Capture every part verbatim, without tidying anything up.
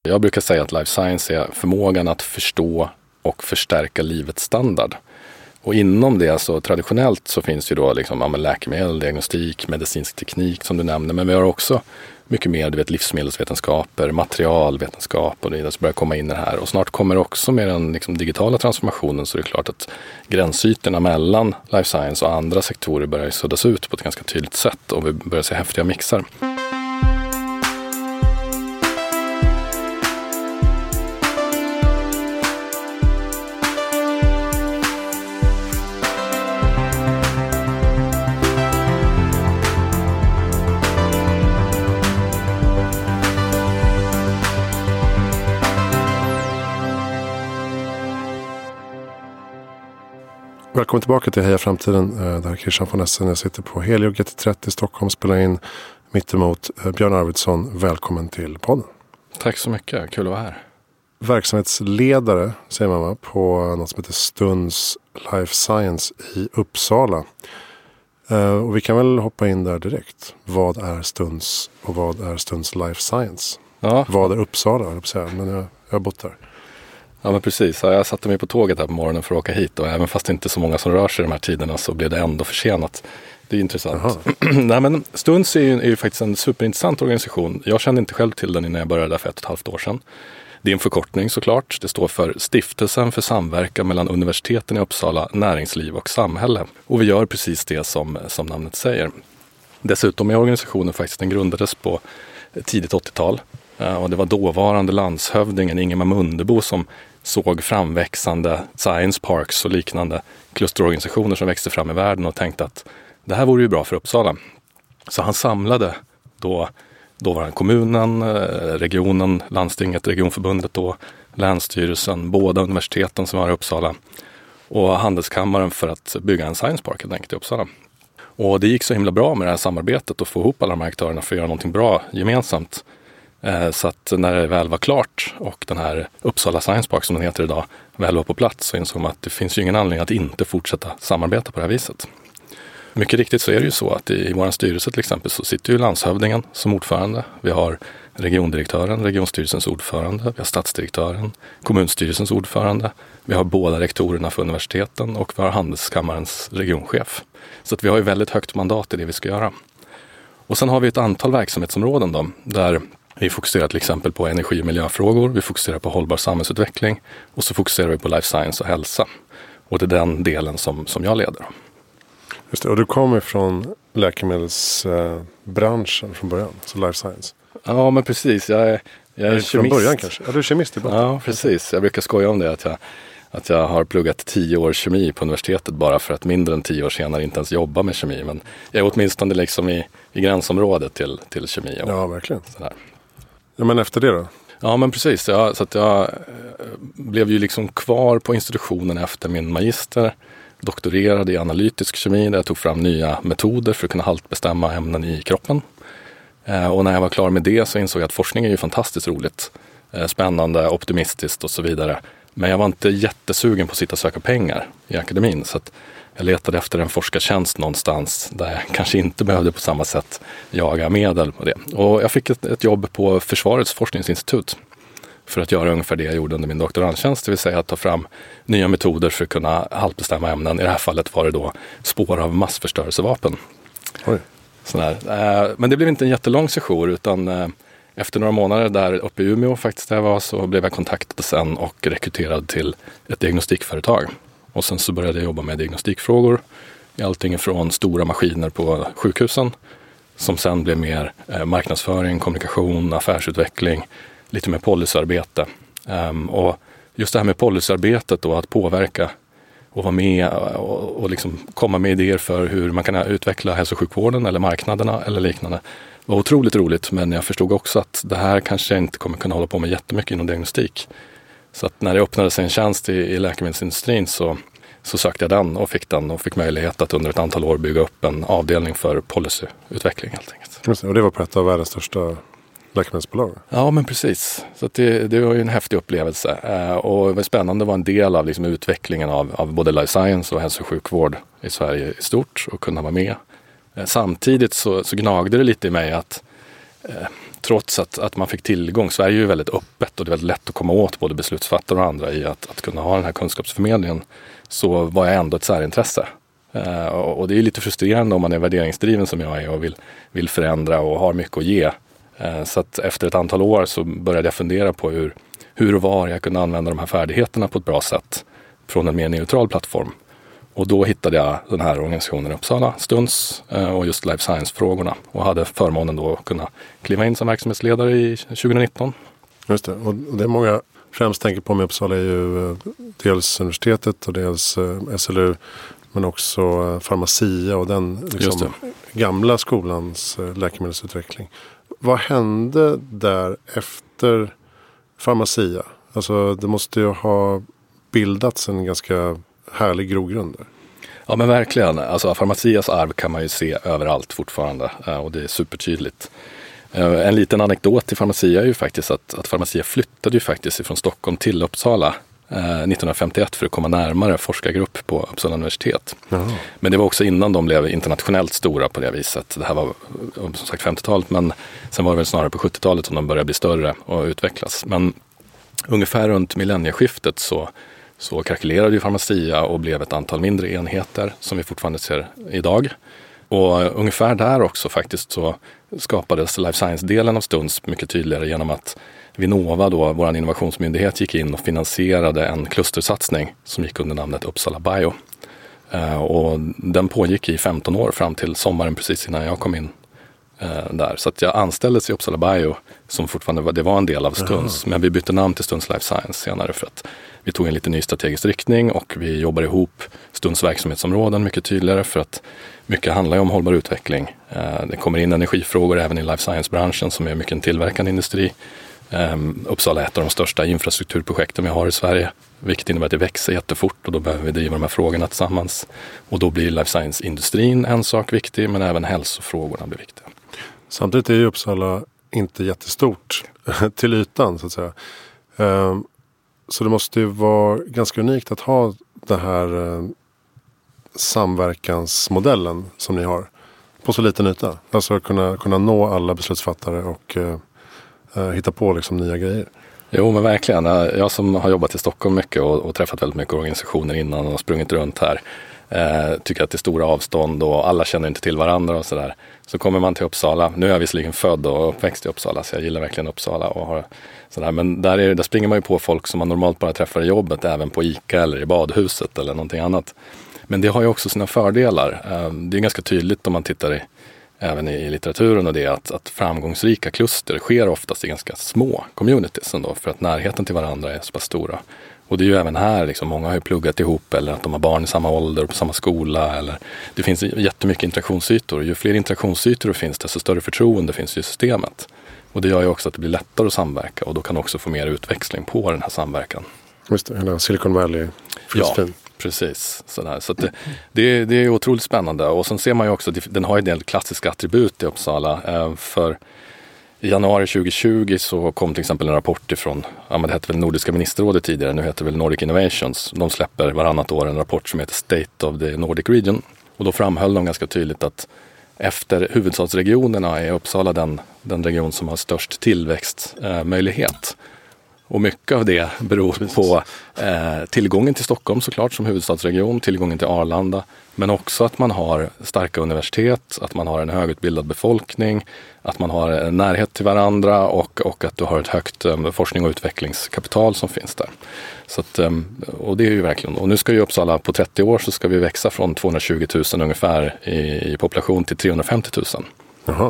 Jag brukar säga att life science är förmågan att förstå och förstärka livets standard. Och inom det så traditionellt så finns ju då liksom, ja, läkemedel, diagnostik, medicinsk teknik som du nämnde. Men vi har också mycket mer, du vet, livsmedelsvetenskaper, materialvetenskap och det där som börjar komma in i det här. Och snart kommer också med den liksom, digitala transformationen, så är det klart att gränsytorna mellan life science och andra sektorer börjar suddas ut på ett ganska tydligt sätt och vi börjar se häftiga mixar. Välkommen tillbaka till Heja Framtiden. Det här är Christian von Essen. Jag sitter på Helio G T trettio i Stockholm och spelar in mittemot Björn Arvidsson. Välkommen till podden. Tack så mycket. Kul att vara här. Verksamhetsledare säger man va, på något som heter Stunds Life Science i Uppsala. Och vi kan väl hoppa in där direkt. Vad är Stunds och vad är Stunds Life Science? Ja. Vad är Uppsala? Jag säga. Men jag, jag har bott där. Ja men precis, jag satte mig på tåget här på morgonen för att åka hit och även fast det inte är så många som rör sig de här tiderna så blev det ändå försenat. Det är intressant. Nej, men Stunds är ju, är ju faktiskt en superintressant organisation. Jag kände inte själv till den innan jag började där för ett och ett halvt år sedan. Det är en förkortning såklart. Det står för Stiftelsen för samverkan mellan universiteten i Uppsala, näringsliv och samhälle. Och vi gör precis det som, som namnet säger. Dessutom är organisationen faktiskt, den grundades på tidigt åttiotal. Och det var dåvarande landshövdingen Ingemar Mundebo som såg framväxande science parks och liknande klusterorganisationer som växte fram i världen och tänkte att det här vore ju bra för Uppsala. Så han samlade då dåvarande kommunen, regionen, landstinget, regionförbundet då, länsstyrelsen, båda universiteten som var i Uppsala och handelskammaren för att bygga en science park helt enkelt i Uppsala. Och det gick så himla bra med det här samarbetet och få ihop alla de här aktörerna för att göra någonting bra gemensamt. Så att när det väl var klart och den här Uppsala Science Park som den heter idag väl var på plats så insåg man att det finns ju ingen anledning att inte fortsätta samarbeta på det här viset. Mycket riktigt så är det ju så att i vår styrelse till exempel så sitter ju landshövdingen som ordförande. Vi har regiondirektören, regionstyrelsens ordförande, vi har stadsdirektören, kommunstyrelsens ordförande. Vi har båda rektorerna för universiteten och vi har handelskammarens regionchef. Så att vi har ju väldigt högt mandat i det vi ska göra. Och sen har vi ett antal verksamhetsområden då, där vi fokuserar till exempel på energi- och miljöfrågor, vi fokuserar på hållbar samhällsutveckling och så fokuserar vi på life science och hälsa. Och det är den delen som, som jag leder. Just det, och du kommer från läkemedelsbranschen eh, från början, så life science. Ja, men precis. Jag är, jag är kemist. Från början kanske? Ja, du är kemist i botten. Ja, precis. Jag brukar skoja om det att jag, att jag har pluggat tio år kemi på universitetet bara för att mindre än tio år senare inte ens jobba med kemi. Men jag är åtminstone liksom i, i gränsområdet till, till kemi. Och ja, verkligen. Sådär. Ja, men efter det då? Ja, men precis. Jag, så att jag blev ju liksom kvar på institutionen efter min magister. Doktorerade i analytisk kemi där jag tog fram nya metoder för att kunna haltbestämma ämnen i kroppen. Eh, och när jag var klar med det så insåg jag att forskning är ju fantastiskt roligt. Eh, spännande, optimistiskt och så vidare. Men jag var inte jättesugen på att sitta och söka pengar i akademin. Så att jag letade efter en forskartjänst någonstans där jag kanske inte behövde på samma sätt jaga medel på det. Och jag fick ett, ett jobb på Försvarets forskningsinstitut för att göra ungefär det jag gjorde under min doktorandtjänst. Det vill säga att ta fram nya metoder för att kunna haltbestämma ämnen. I det här fallet var det då spår av massförstörelsevapen. Oj. Sådär. Men det blev inte en jättelång session utan efter några månader där uppe i Umeå faktiskt där jag var så blev jag kontaktad sen och rekryterad till ett diagnostikföretag. Och sen så började jag jobba med diagnostikfrågor i allting från stora maskiner på sjukhusen som sen blev mer eh, marknadsföring, kommunikation, affärsutveckling, lite mer policyarbete. Um, och just det här med policyarbetet då, att påverka och vara med och, och liksom komma med idéer för hur man kan utveckla hälso- och sjukvården eller marknaderna eller liknande var otroligt roligt, men jag förstod också att det här kanske inte kommer kunna hålla på med jättemycket inom diagnostik. Så att när det öppnade sig en tjänst i, i läkemedelsindustrin så, så sökte jag den och fick den och fick möjlighet att under ett antal år bygga upp en avdelning för policyutveckling helt enkelt. Just det, och det var på ett av världens största läkemedelsbolag? Ja, men precis. Så att det, det var ju en häftig upplevelse. Eh, och det var spännande att vara en del av liksom, utvecklingen av, av både life science och hälso- och sjukvård i Sverige i stort och kunna vara med. Eh, samtidigt så, så gnagde det lite i mig att eh, trots att, att man fick tillgång, Sverige är ju väldigt öppet och det är väldigt lätt att komma åt både beslutsfattare och andra i att, att kunna ha den här kunskapsförmedlingen, så var jag ändå ett särintresse. Uh, och det är lite frustrerande om man är värderingsdriven som jag är och vill, vill förändra och har mycket att ge. Uh, så att efter ett antal år så började jag fundera på hur, hur och var jag kunde använda de här färdigheterna på ett bra sätt från en mer neutral plattform. Och då hittade jag den här organisationen i Uppsala, Stunds, och just life science-frågorna. Och hade förmånen då att kunna kliva in som verksamhetsledare i tjugonitton. Just det, och det är många främst tänker på med Uppsala är ju dels universitetet och dels S L U, men också Pharmacia och den liksom gamla skolans läkemedelsutveckling. Vad hände där efter Pharmacia? Alltså det måste ju ha bildats en ganska härlig grogrund där. Ja men verkligen. Alltså Pharmacias arv kan man ju se överallt fortfarande och det är supertydligt. En liten anekdot till Pharmacia är ju faktiskt att, att Pharmacia flyttade ju faktiskt från Stockholm till Uppsala nittonhundrafemtioett för att komma närmare forskargrupp på Uppsala universitet. Jaha. Men det var också innan de blev internationellt stora på det viset. Det här var som sagt femtiotalet, men sen var det väl snarare på sjuttiotalet som de började bli större och utvecklas. Men ungefär runt millennieskiftet så Så krackelerade ju Pharmacia och blev ett antal mindre enheter som vi fortfarande ser idag. Och ungefär där också faktiskt så skapades life science-delen av Stunds mycket tydligare genom att Vinnova, då, vår innovationsmyndighet, gick in och finansierade en klustersatsning som gick under namnet Uppsala Bio. Och den pågick i femton år fram till sommaren precis innan jag kom in där. Så att jag anställdes i Uppsala Bio som fortfarande var, det var en del av Stunds. Men vi bytte namn till Stunds Life Science senare för att vi tog en lite ny strategisk riktning och vi jobbar ihop Stunds verksamhetsområden mycket tydligare för att mycket handlar ju om hållbar utveckling. Det kommer in energifrågor även i life science-branschen som är mycket en tillverkande industri. Uppsala är ett av de största infrastrukturprojekten vi har i Sverige, vilket innebär att det växer jättefort och då behöver vi driva de här frågorna tillsammans. Och då blir life science-industrin en sak viktig, men även hälsofrågorna blir viktiga. Samtidigt är ju Uppsala inte jättestort till ytan så att säga. Så det måste ju vara ganska unikt att ha den här samverkansmodellen som ni har på så liten yta. Alltså kunna, kunna nå alla beslutsfattare och uh, hitta på liksom nya grejer. Jo men verkligen. Jag som har jobbat i Stockholm mycket och, och träffat väldigt mycket organisationer innan och sprungit runt här. Eh, tycker att det är stora avstånd och alla känner inte till varandra och sådär. Så kommer man till Uppsala. Nu är jag visserligen född och uppväxt i Uppsala så jag gillar verkligen Uppsala. Och har sådär. Men där, är, där springer man ju på folk som man normalt bara träffar i jobbet, även på ICA eller i badhuset eller någonting annat. Men det har ju också sina fördelar. Eh, det är ganska tydligt om man tittar i, även i, i litteraturen och det att, att framgångsrika kluster sker oftast i ganska små communities ändå, för att närheten till varandra är så pass stora. Och det är ju även här, liksom, många har ju pluggat ihop eller att de har barn i samma ålder och på samma skola. Eller, det finns jättemycket interaktionsytor. Ju fler interaktionsytor det finns, desto större förtroende finns i systemet. Och det gör ju också att det blir lättare att samverka och då kan också få mer utväxling på den här samverkan. Just det, hela Silicon Valley. Ja, precis. Sådär. Så att det, det, det är otroligt spännande. Och sen ser man ju också att den har en del klassiska attribut i Uppsala. För i januari tjugohundratjugo så kom till exempel en rapport ifrån, ja, men det hette väl Nordiska ministerrådet tidigare, nu heter det väl Nordic Innovations. De släpper varannat år en rapport som heter State of the Nordic Region. Och då framhöll de ganska tydligt att efter huvudstadsregionerna är Uppsala den, den region som har störst tillväxtmöjlighet. Och mycket av det beror på eh, tillgången till Stockholm såklart som huvudstadsregion, tillgången till Arlanda, men också att man har starka universitet, att man har en högutbildad befolkning, att man har en närhet till varandra och, och att du har ett högt um, forskning- och utvecklingskapital som finns där. Så att, um, och det är ju verkligen, och nu ska ju Uppsala på trettio år så ska vi växa från tvåhundratjugo tusen ungefär i, i population till trehundrafemtio tusen. Jaha.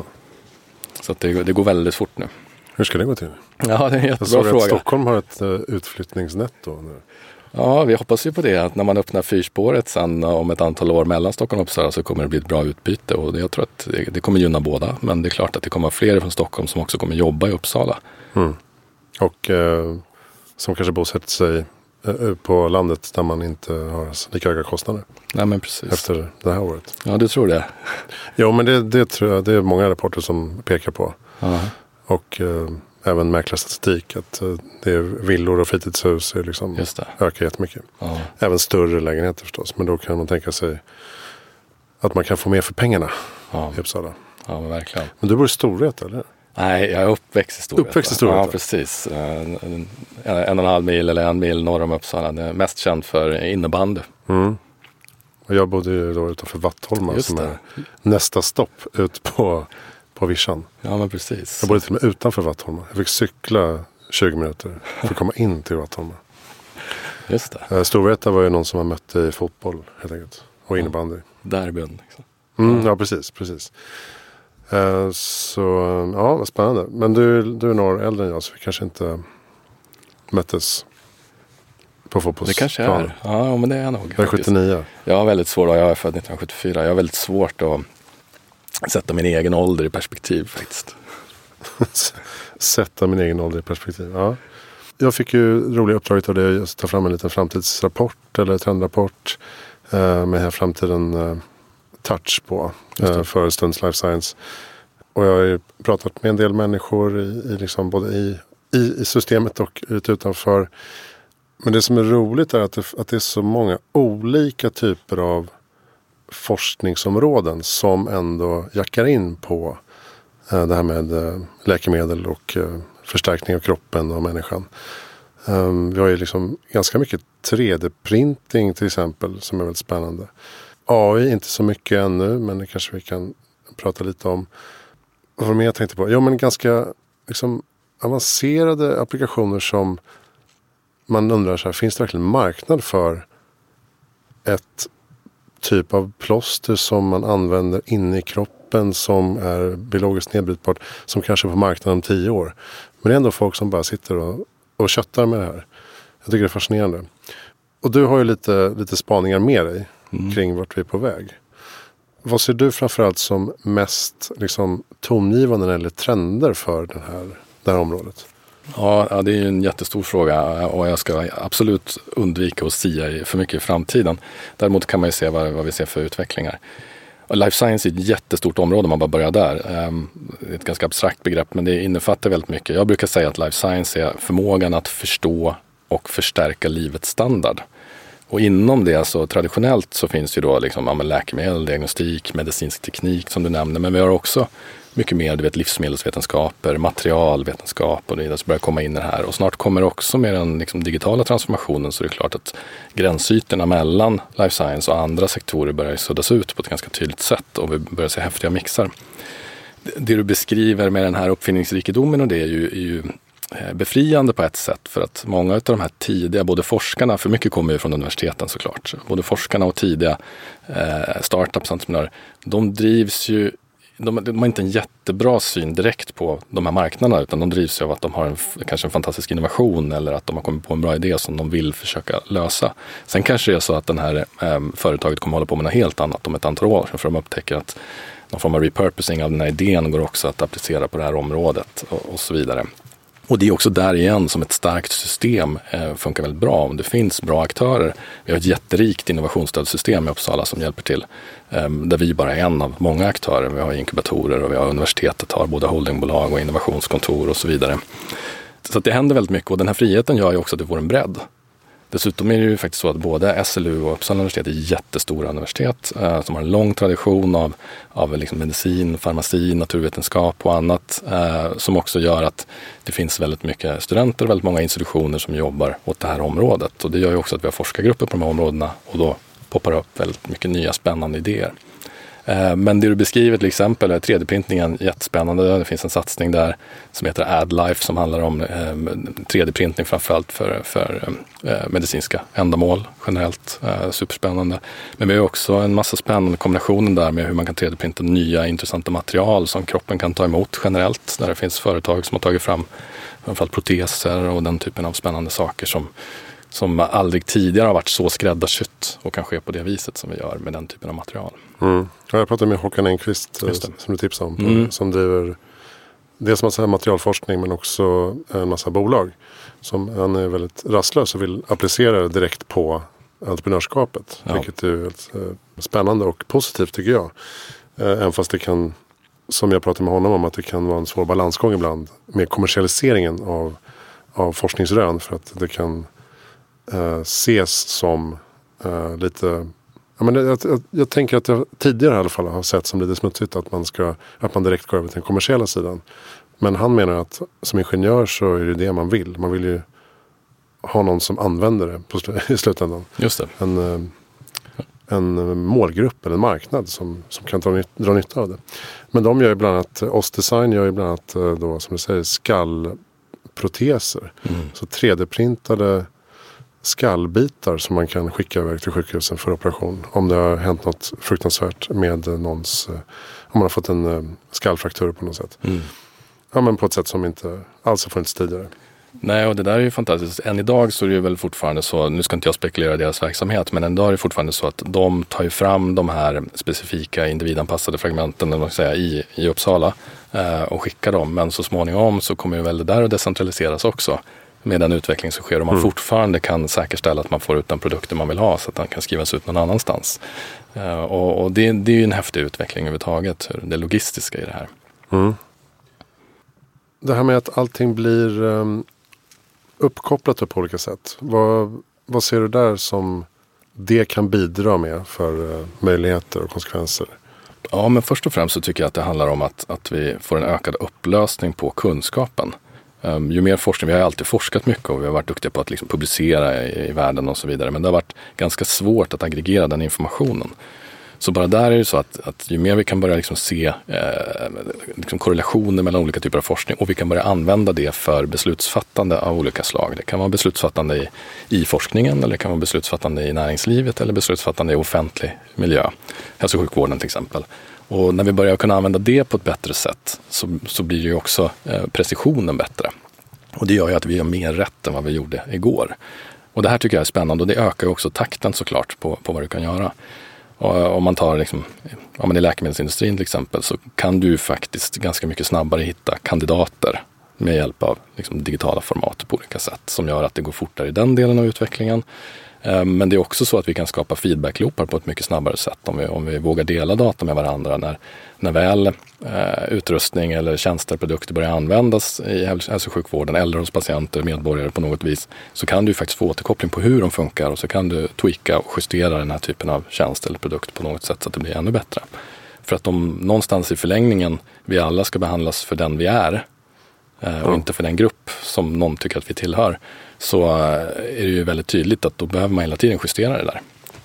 Så att det, det går väldigt fort nu. Hur ska det gå till? Ja, det är en jättebra Jag såg fråga. att Stockholm har ett uh, utflyttningsnetto nu. Ja, vi hoppas ju på det. Att när man öppnar fyrspåret sen om ett antal år mellan Stockholm och Uppsala så kommer det bli ett bra utbyte. Och jag tror att det, det kommer gynna båda. Men det är klart att det kommer fler från Stockholm som också kommer jobba i Uppsala. Mm. Och uh, som kanske bosätter sig uh, på landet där man inte har lika höga kostnader. Nej, men precis. Efter det här året. Ja, du tror det? Ja, men det, det tror jag. Det är många rapporter som pekar på. Uh-huh. Och uh, även mäklarstatistik att uh, det är villor och fritidshus är liksom Just det. Ökar jättemycket. Uh-huh. Även större lägenheter förstås. Men då kan man tänka sig att man kan få mer för pengarna uh-huh. i Uppsala. Ja, men verkligen. Men du bor i Storvreta, eller? Nej, jag är uppväxt i Storvreta. Uppväxt i Storvreta? Ja, precis. En, en, en och en halv mil eller en mil norr om Uppsala. Det är mest känd för innebandy. Mm. Och jag bodde ju då utanför Vattholma som är nästa stopp ut på, på Vischan. Ja, men precis. Jag bodde till och med utanför Vattholma. Jag fick cykla tjugo minuter för att komma in till Vattholma. Just det. Storvreta var ju någon som man mötte i fotboll helt enkelt. Och innebandy. Derbyn. Liksom. Mm, ja, precis. precis. Uh, så, ja, vad spännande. Men du, du är några år äldre än jag, så vi kanske inte möttes på fotbollsplanen. Det kanske är. Ja, men det är jag nog. Jag är sjuttionio. Jag är väldigt svårt, jag är född nittonhundrasjuttiofyra. Jag har väldigt svårt att sätta min egen ålder i perspektiv faktiskt. Sätta min egen ålder i perspektiv, ja. Jag fick ju roliga uppdraget av det att ta fram en liten framtidsrapport eller trendrapport eh, med här framtiden eh, touch på eh, för Stunds Life Science. Och jag har ju pratat med en del människor i, i liksom både i, i, i systemet och ut utanför. Men det som är roligt är att det, att det är så många olika typer av forskningsområden som ändå jackar in på eh, det här med eh, läkemedel och eh, förstärkning av kroppen och människan. Um, vi har ju liksom ganska mycket tre D-printing till exempel som är väldigt spännande. A I inte så mycket ännu, men det kanske vi kan prata lite om. Vad var det mer jag tänkte på? Jo, men ganska liksom avancerade applikationer som man undrar så här, finns det verkligen marknad för ett typ av plåster som man använder inne i kroppen som är biologiskt nedbrytbart, som kanske är på marknaden om tio år. Men det är ändå folk som bara sitter och, och köttar med det här. Jag tycker det är fascinerande. Och du har ju lite, lite spaningar med dig mm. kring vart vi är på väg. Vad ser du framförallt som mest liksom, tongivande eller trender för den här, det här området? Ja, ja, det är ju en jättestor fråga och jag ska absolut undvika att sia för mycket i framtiden. Däremot kan man ju se vad, vad vi ser för utvecklingar. Och life science är ett jättestort område om man bara börjar där. Det är ett ganska abstrakt begrepp, men det innefattar väldigt mycket. Jag brukar säga att life science är förmågan att förstå och förstärka livets standard. Och inom det så traditionellt så finns ju då liksom, ja, läkemedel, diagnostik, medicinsk teknik som du nämnde. Men vi har också mycket mer, du vet, livsmedelsvetenskaper, materialvetenskap och det som börjar komma in i det här. Och snart kommer också med den liksom, digitala transformationen, så är det klart att gränsytorna mellan life science och andra sektorer börjar suddas ut på ett ganska tydligt sätt och vi börjar se häftiga mixar. Det du beskriver med den här uppfinningsrikedomen och det är ju, är ju befriande på ett sätt, för att många av de här tidiga, både forskarna, för mycket kommer ju från universiteten såklart, både forskarna och tidiga eh, startups, entreprenörer, de drivs ju, de, de har inte en jättebra syn direkt på de här marknaderna, utan de drivs ju av att de har en, kanske en fantastisk innovation eller att de har kommit på en bra idé som de vill försöka lösa. Sen kanske det är så att den här eh, företaget kommer hålla på med något helt annat om ett antal år, för de upptäcker att någon form av repurposing av den här idén går också att applicera på det här området och, och så vidare. Och det är också där igen som ett starkt system eh, funkar väldigt bra. Om det finns bra aktörer. Vi har ett jätterikt innovationsstödssystem i Uppsala som hjälper till. Eh, där vi bara är en av många aktörer. Vi har inkubatorer och vi har universitetet har både holdingbolag och innovationskontor och så vidare. Så att det händer väldigt mycket och den här friheten gör ju också att det får en bredd. Dessutom är det ju faktiskt så att både S L U och Uppsala universitet är jättestora universitet eh, som har en lång tradition av, av liksom medicin, farmaci, naturvetenskap och annat eh, som också gör att det finns väldigt mycket studenter och väldigt många institutioner som jobbar åt det här området. Och det gör ju också att vi har forskargrupper på de här områdena och då poppar upp väldigt mycket nya spännande idéer. Men det du beskriver till exempel är tre D-printningen jättespännande. Det finns en satsning där som heter AddLife som handlar om tre D-printning framförallt för, för medicinska ändamål generellt. Superspännande. Men vi har också en massa spännande kombinationer där med hur man kan tre D-printa nya intressanta material som kroppen kan ta emot generellt. Där det finns företag som har tagit fram framförallt proteser och den typen av spännande saker som som aldrig tidigare har varit så skräddarsytt och kan ske på det viset som vi gör med den typen av material. Mm. Jag pratade med Håkan Engqvist som du tipsade om, mm. som driver dels massa materialforskning men också en massa bolag. Som han är väldigt rastlös och vill applicera det direkt på entreprenörskapet. Ja. Vilket är väldigt spännande och positivt tycker jag. Även fast det kan, som jag pratade med honom om, att det kan vara en svår balansgång ibland med kommersialiseringen av, av forskningsrön, för att det kan Uh, ses som uh, lite ja, men jag, jag, jag tänker att jag tidigare i alla fall har sett som lite smutsigt att man ska att man direkt går över till den kommersiella sidan. Men han menar att som ingenjör så är det det man vill. Man vill ju ha någon som använder det på sl- i slutändan. Just det. En, en målgrupp eller en marknad som, som kan dra, nytt, dra nytta av det. Men de gör ju bland annat, Ostdesign gör ju bland annat då, som du säger, skallproteser. Mm. Så tre D-printade skallbitar som man kan skicka iväg till sjukhusen för operation. Om det har hänt något fruktansvärt med någons, om man har fått en skallfraktur på något sätt. Mm. Ja, men på ett sätt som inte alls har funnits tidigare. Nej, och det där är ju fantastiskt. Än idag så är det ju väl fortfarande så, nu ska inte jag spekulera i deras verksamhet, men idag är det fortfarande så att de tar ju fram de här specifika individanpassade fragmenten man säga, i, i Uppsala eh, och skickar dem. Men så småningom så kommer ju väl det där att decentraliseras också med den utveckling som sker. Och man mm. fortfarande kan säkerställa att man får ut den produkten man vill ha så att den kan skrivas ut någon annanstans. Eh, och och det, det är ju en häftig utveckling överhuvudtaget, det logistiska i det här. Mm. Det här med att allting blir um, uppkopplat på olika sätt. Vad, vad ser du där som det kan bidra med för uh, möjligheter och konsekvenser? Ja, men först och främst så tycker jag att det handlar om att, att vi får en ökad upplösning på kunskapen. Um, ju mer forskning, vi har alltid forskat mycket och vi har varit duktiga på att liksom publicera i, i världen och så vidare. Men det har varit ganska svårt att aggregera den informationen. Så bara där är det så att, att ju mer vi kan börja liksom se eh, liksom korrelationer mellan olika typer av forskning och vi kan börja använda det för beslutsfattande av olika slag. Det kan vara beslutsfattande i, i forskningen eller det kan vara beslutsfattande i näringslivet eller beslutsfattande i offentlig miljö, hälso- och sjukvården till exempel. Och när vi börjar kunna använda det på ett bättre sätt så, så blir ju också eh, precisionen bättre. Och det gör ju att vi gör mer rätt än vad vi gjorde igår. Och det här tycker jag är spännande och det ökar ju också takten såklart på, på vad du kan göra. Och om man tar liksom, om man i läkemedelsindustrin till exempel så kan du faktiskt ganska mycket snabbare hitta kandidater med hjälp av liksom digitala format på olika sätt som gör att det går fortare i den delen av utvecklingen. Men det är också så att vi kan skapa feedback-loopar på ett mycket snabbare sätt om vi, om vi vågar dela data med varandra. När, när väl eh, utrustning eller tjänster, produkter börjar användas i hälso- och sjukvården eller hos patienter, medborgare på något vis så kan du faktiskt få återkoppling på hur de funkar och så kan du tweaka och justera den här typen av tjänst eller produkt på något sätt så att det blir ännu bättre. För att om någonstans i förlängningen vi alla ska behandlas för den vi är eh, och mm. inte för den grupp som någon tycker att vi tillhör så är det ju väldigt tydligt att då behöver man hela tiden justera det där.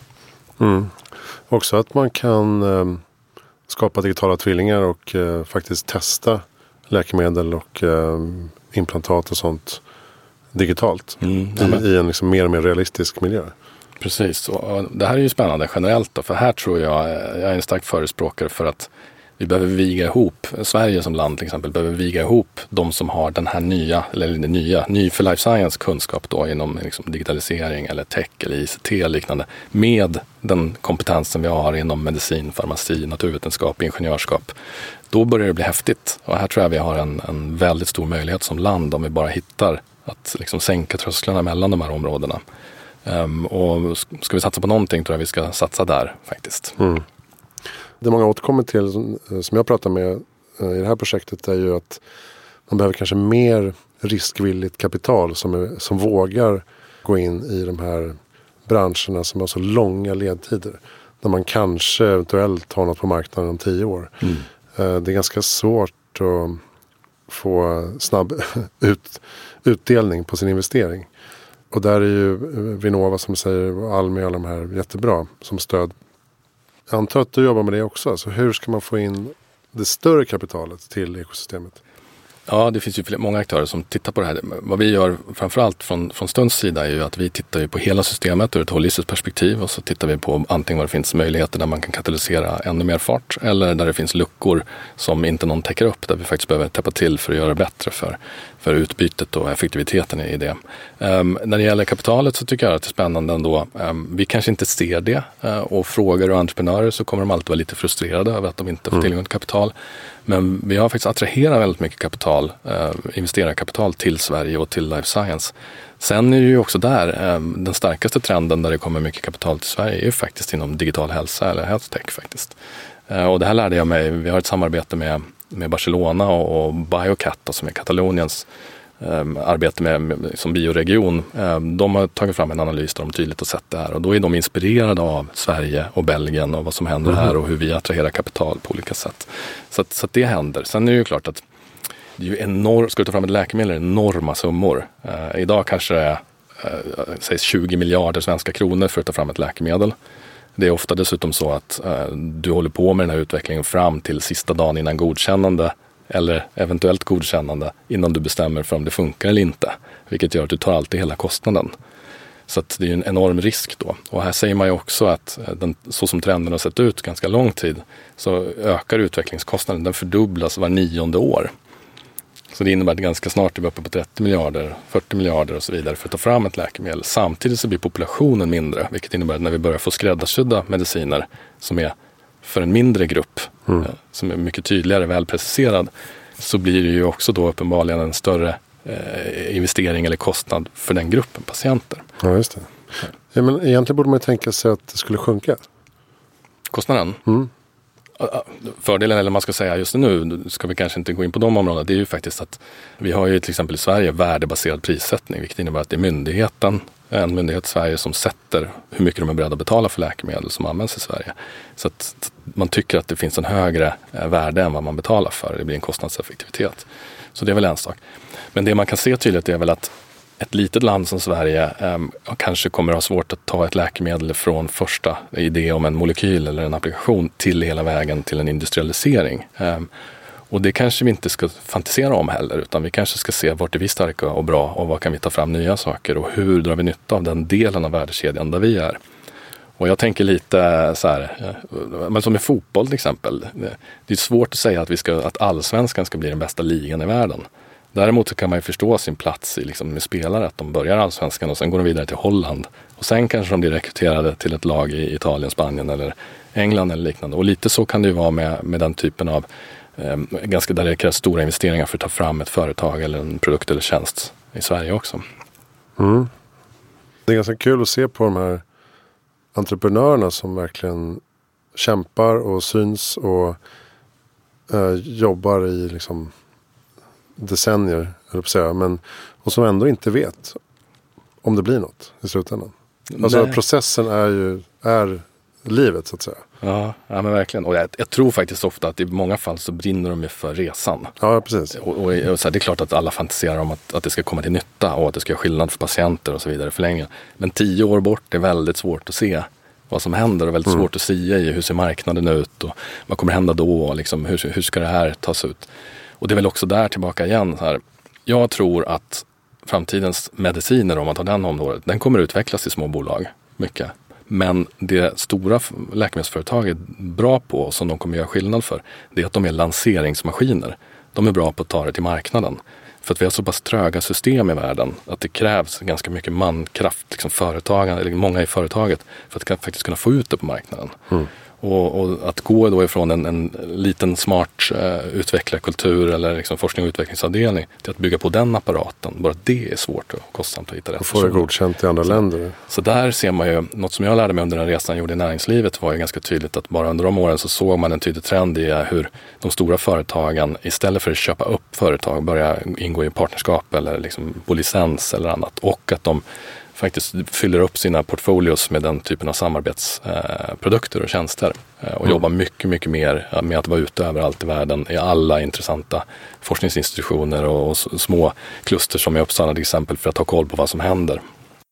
Mm. Också att man kan eh, skapa digitala tvillingar och eh, faktiskt testa läkemedel och eh, implantat och sånt digitalt mm, i, i en liksom mer och mer realistisk miljö. Precis, och det här är ju spännande generellt då, för här tror jag, jag är en stark förespråkare för att vi behöver viga ihop, Sverige som land till exempel, behöver viga ihop de som har den här nya, eller nya, ny för life science kunskap då inom liksom digitalisering eller tech eller I C T och liknande med den kompetensen vi har inom medicin, farmaci, naturvetenskap, ingenjörskap. Då börjar det bli häftigt och här tror jag vi har en, en väldigt stor möjlighet som land om vi bara hittar att liksom sänka trösklarna mellan de här områdena. Um, och ska vi satsa på någonting tror jag vi ska satsa där faktiskt. Mm. Det många återkommer till som jag pratar med i det här projektet är ju att man behöver kanske mer riskvilligt kapital som, är, som vågar gå in i de här branscherna som har så långa ledtider. Där man kanske eventuellt har något på marknaden om tio år. Mm. Det är ganska svårt att få snabb ut, utdelning på sin investering. Och där är ju Vinnova som säger och Almi och alla de här jättebra som stöd. Jag antar att du jobbar med det också. Så hur ska man få in det större kapitalet till ekosystemet? Ja, det finns ju många aktörer som tittar på det här. Vad vi gör framförallt från, från Stunds sida är ju att vi tittar ju på hela systemet ur ett holistiskt perspektiv och så tittar vi på antingen var det finns möjligheter där man kan katalysera ännu mer fart eller där det finns luckor som inte någon täcker upp där vi faktiskt behöver täppa till för att göra det bättre för, för utbytet och effektiviteten i det. Um, när det gäller kapitalet så tycker jag att det är spännande ändå. Um, vi kanske inte ser det uh, och frågar du entreprenörer så kommer de alltid vara lite frustrerade över att de inte får tillgång till kapital. Men vi har faktiskt attraherat väldigt mycket kapital, eh, investerarkapital till Sverige och till life science. Sen är det ju också där, eh, den starkaste trenden där det kommer mycket kapital till Sverige är ju faktiskt inom digital hälsa eller health tech faktiskt. Eh, och det här lärde jag mig, vi har ett samarbete med, med Barcelona och, och Biocat då, som är Kataloniens eh, arbete med, med, som bioregion. Eh, de har tagit fram en analys där de tydligt har sett det här och då är de inspirerade av Sverige och Belgien och vad som händer mm. här och hur vi attraherar kapital på olika sätt. Så att, så att det händer. Sen är det ju klart att det är ju enormt, ska du ta fram ett läkemedel, enorma summor. Uh, idag kanske det är uh, sägs tjugo miljarder svenska kronor för att ta fram ett läkemedel. Det är ofta dessutom så att uh, du håller på med den här utvecklingen fram till sista dagen innan godkännande eller eventuellt godkännande innan du bestämmer för om det funkar eller inte. Vilket gör att du tar alltid hela kostnaden. Så att det är en enorm risk då. Och här säger man ju också att den, så som trenden har sett ut ganska lång tid så ökar utvecklingskostnaden. Den fördubblas var nionde år. Så det innebär att ganska snart är vi uppe på trettio miljarder, fyrtio miljarder och så vidare för att ta fram ett läkemedel. Samtidigt så blir populationen mindre, vilket innebär att när vi börjar få skräddarsydda mediciner som är för en mindre grupp, mm. som är mycket tydligare, väl preciserad, så blir det ju också då uppenbarligen en större eh, investering eller kostnad för den gruppen patienter. Ja, just det. Ja, men egentligen borde man ju tänka sig att det skulle sjunka. Kostnaden? Mm. Fördelen, eller man ska säga just nu, ska vi kanske inte gå in på de områdena, det är ju faktiskt att vi har ju till exempel i Sverige värdebaserad prissättning, vilket innebär att det är myndigheten, en myndighet i Sverige som sätter hur mycket de är beredda att betala för läkemedel som används i Sverige. Så att man tycker att det finns en högre värde än vad man betalar för, det blir en kostnadseffektivitet. Så det är väl en sak. Men det man kan se tydligt är väl att ett litet land som Sverige eh, kanske kommer att ha svårt att ta ett läkemedel från första idé om en molekyl eller en applikation till hela vägen till en industrialisering. Eh, och det kanske vi inte ska fantisera om heller, utan vi kanske ska se vart är vi starka och bra och vad kan vi ta fram nya saker och hur drar vi nytta av den delen av värdekedjan där vi är. Och jag tänker lite så här, men som i fotboll till exempel, det är svårt att säga att, vi ska, att allsvenskan ska bli den bästa ligan i världen. Däremot så kan man ju förstå sin plats i, liksom, med spelare, att de börjar allsvenskan och sen går de vidare till Holland. Och sen kanske de blir rekryterade till ett lag i Italien, Spanien eller England eller liknande. Och lite så kan det ju vara med, med den typen av, eh, ganska där det krävs stora investeringar för att ta fram ett företag eller en produkt eller tjänst i Sverige också. Mm. Det är ganska kul att se på de här entreprenörerna som verkligen kämpar och syns och eh, jobbar i liksom decennier, eller på att säga, men och som ändå inte vet om det blir något i slutändan. Alltså Nej. processen är ju är livet så att säga. Ja, ja men verkligen. Och jag, jag tror faktiskt ofta att i många fall så brinner de ju för resan. Ja, precis. Och, och, och så här, det är klart att alla fantiserar om att, att det ska komma till nytta och att det ska göra skillnad för patienter och så vidare för länge. Men tio år bort är väldigt svårt att se vad som händer och väldigt mm. svårt att säga i hur ser marknaden ut och vad kommer hända då och liksom, hur, hur ska det här tas ut. Och det är väl också där tillbaka igen så här. Jag tror att framtidens mediciner, om man tar den området, den kommer utvecklas i små bolag, mycket. Men det stora läkemedelsföretag är bra på och som de kommer göra skillnad för, det är att de är lanseringsmaskiner. De är bra på att ta det till marknaden. För att vi har så pass tröga system i världen att det krävs ganska mycket mankraft, liksom företagen, eller många i företaget, för att faktiskt kunna få ut det på marknaden. Mm. Och, och att gå då ifrån en, en liten smart uh, utvecklarkultur eller liksom forskning och utvecklingsavdelning till att bygga på den apparaten, bara det är svårt och kostsamt att hitta rätt. Och få det godkänt i andra så, länder. Så där ser man ju, något som jag lärde mig under den resan jag gjorde i näringslivet var ju ganska tydligt att bara under de åren så såg man en tydlig trend i hur de stora företagen istället för att köpa upp företag börjar ingå i partnerskap eller liksom på licens eller annat, och att de faktiskt fyller upp sina portfolios med den typen av samarbetsprodukter eh, och tjänster. Eh, och mm. jobbar mycket, mycket mer med att vara ute överallt i världen i alla intressanta forskningsinstitutioner och, och små kluster som i Uppsala till exempel, för att ta koll på vad som händer.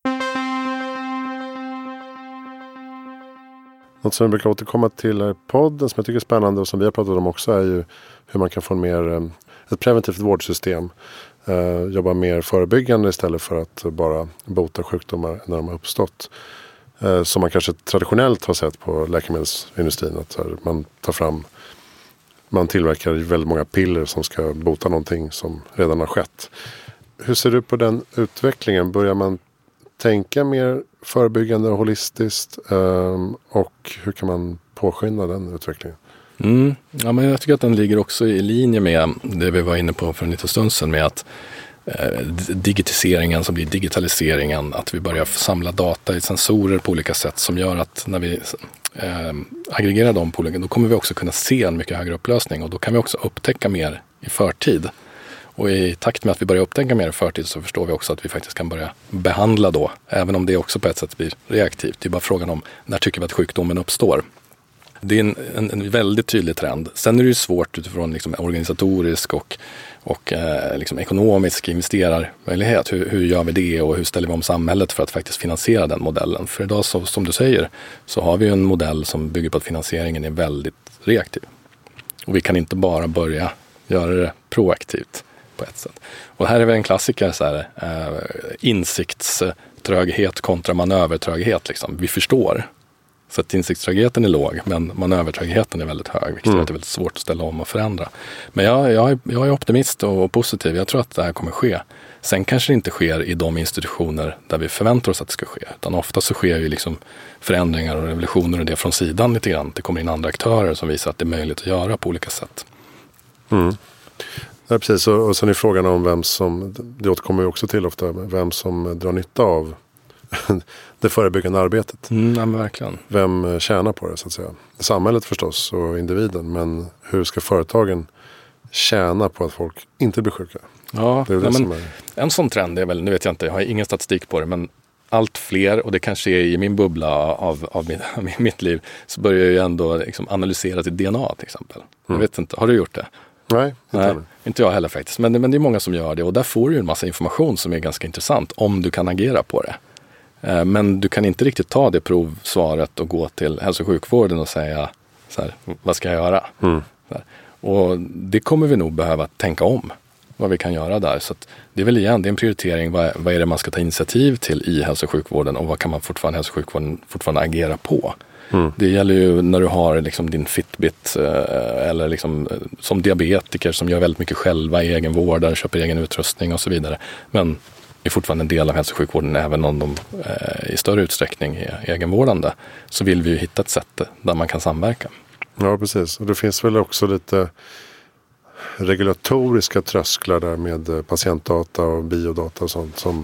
Något som vi brukar återkomma till i podden som jag tycker är spännande och som vi har pratat om också är ju hur man kan få en mer, ett preventivt vårdsystem. Uh, jobba mer förebyggande istället för att bara bota sjukdomar när de har uppstått. Uh, som man kanske traditionellt har sett på läkemedelsindustrin. Att här, man tar fram, man tillverkar väldigt många piller som ska bota någonting som redan har skett. Hur ser du på den utvecklingen? Börjar man tänka mer förebyggande och holistiskt? Uh, och hur kan man påskynda den utvecklingen? Mm. Ja, men jag tycker att den ligger också i linje med det vi var inne på för en liten stund sedan, med att eh, digitiseringen som blir digitaliseringen, att vi börjar samla data i sensorer på olika sätt som gör att när vi eh, aggregerar dem på olika, då kommer vi också kunna se en mycket högre upplösning och då kan vi också upptäcka mer i förtid. Och i takt med att vi börjar upptäcka mer i förtid så förstår vi också att vi faktiskt kan börja behandla då, även om det också på ett sätt blir reaktivt. Det är bara frågan om när tycker vi att sjukdomen uppstår. Det är en, en, en väldigt tydlig trend. Sen är det ju svårt utifrån liksom organisatorisk och, och eh, liksom ekonomisk investerarmöjlighet. Hur, hur gör vi det och hur ställer vi om samhället för att faktiskt finansiera den modellen? För idag, så, som du säger, så har vi en modell som bygger på att finansieringen är väldigt reaktiv. Och vi kan inte bara börja göra det proaktivt på ett sätt. Och här är väl en klassiker, så här, eh, insiktströghet kontra manövertröghet. Liksom. Vi förstår. Så att insiktströgheten är låg, men manövertrögheten är väldigt hög, vilket mm. är väldigt svårt att ställa om och förändra. Men jag, jag, är, jag är optimist och positiv. Jag tror att det här kommer ske. Sen kanske det inte sker i de institutioner där vi förväntar oss att det ska ske. Utan ofta så sker ju liksom förändringar och revolutioner och det från sidan lite grann. Det kommer in andra aktörer som visar att det är möjligt att göra på olika sätt. Mm. Ja, precis. Och, och sen är frågan om vem som, det återkommer ju också till ofta, vem som drar nytta av det förebyggande arbetet. Mm, ja, men verkligen. Vem tjänar på det, så att säga? Samhället förstås och individen, men hur ska företagen tjäna på att folk inte blir sjuka? Ja, det är det ja, som men är... en sån trend är väl, nu vet jag inte, jag har ingen statistik på det, men allt fler, och det kanske är i min bubbla av, av mitt, mitt liv, så börjar jag ju ändå liksom analysera sitt D N A till exempel. Mm. Jag vet inte, har du gjort det? Nej, inte, Nej, inte jag heller faktiskt. Men, men det är många som gör det, och där får du en massa information som är ganska intressant om du kan agera på det. Men du kan inte riktigt ta det provsvaret och gå till hälso- och sjukvården och säga så här, vad ska jag göra? Mm. Och det kommer vi nog behöva tänka om, vad vi kan göra där. Så att det är väl igen, det är en prioritering, vad, vad är det man ska ta initiativ till i hälso- och sjukvården och vad kan man fortfarande, hälso- och sjukvården fortfarande agera på? Mm. Det gäller ju när du har liksom din Fitbit eller liksom, som diabetiker som gör väldigt mycket själva i egenvård, köper egen utrustning och så vidare. Men är fortfarande en del av hälso- och sjukvården, även om de eh, i större utsträckning är egenvårdande, så vill vi ju hitta ett sätt där man kan samverka. Ja, precis. Och det finns väl också lite regulatoriska trösklar där med patientdata och biodata och sånt som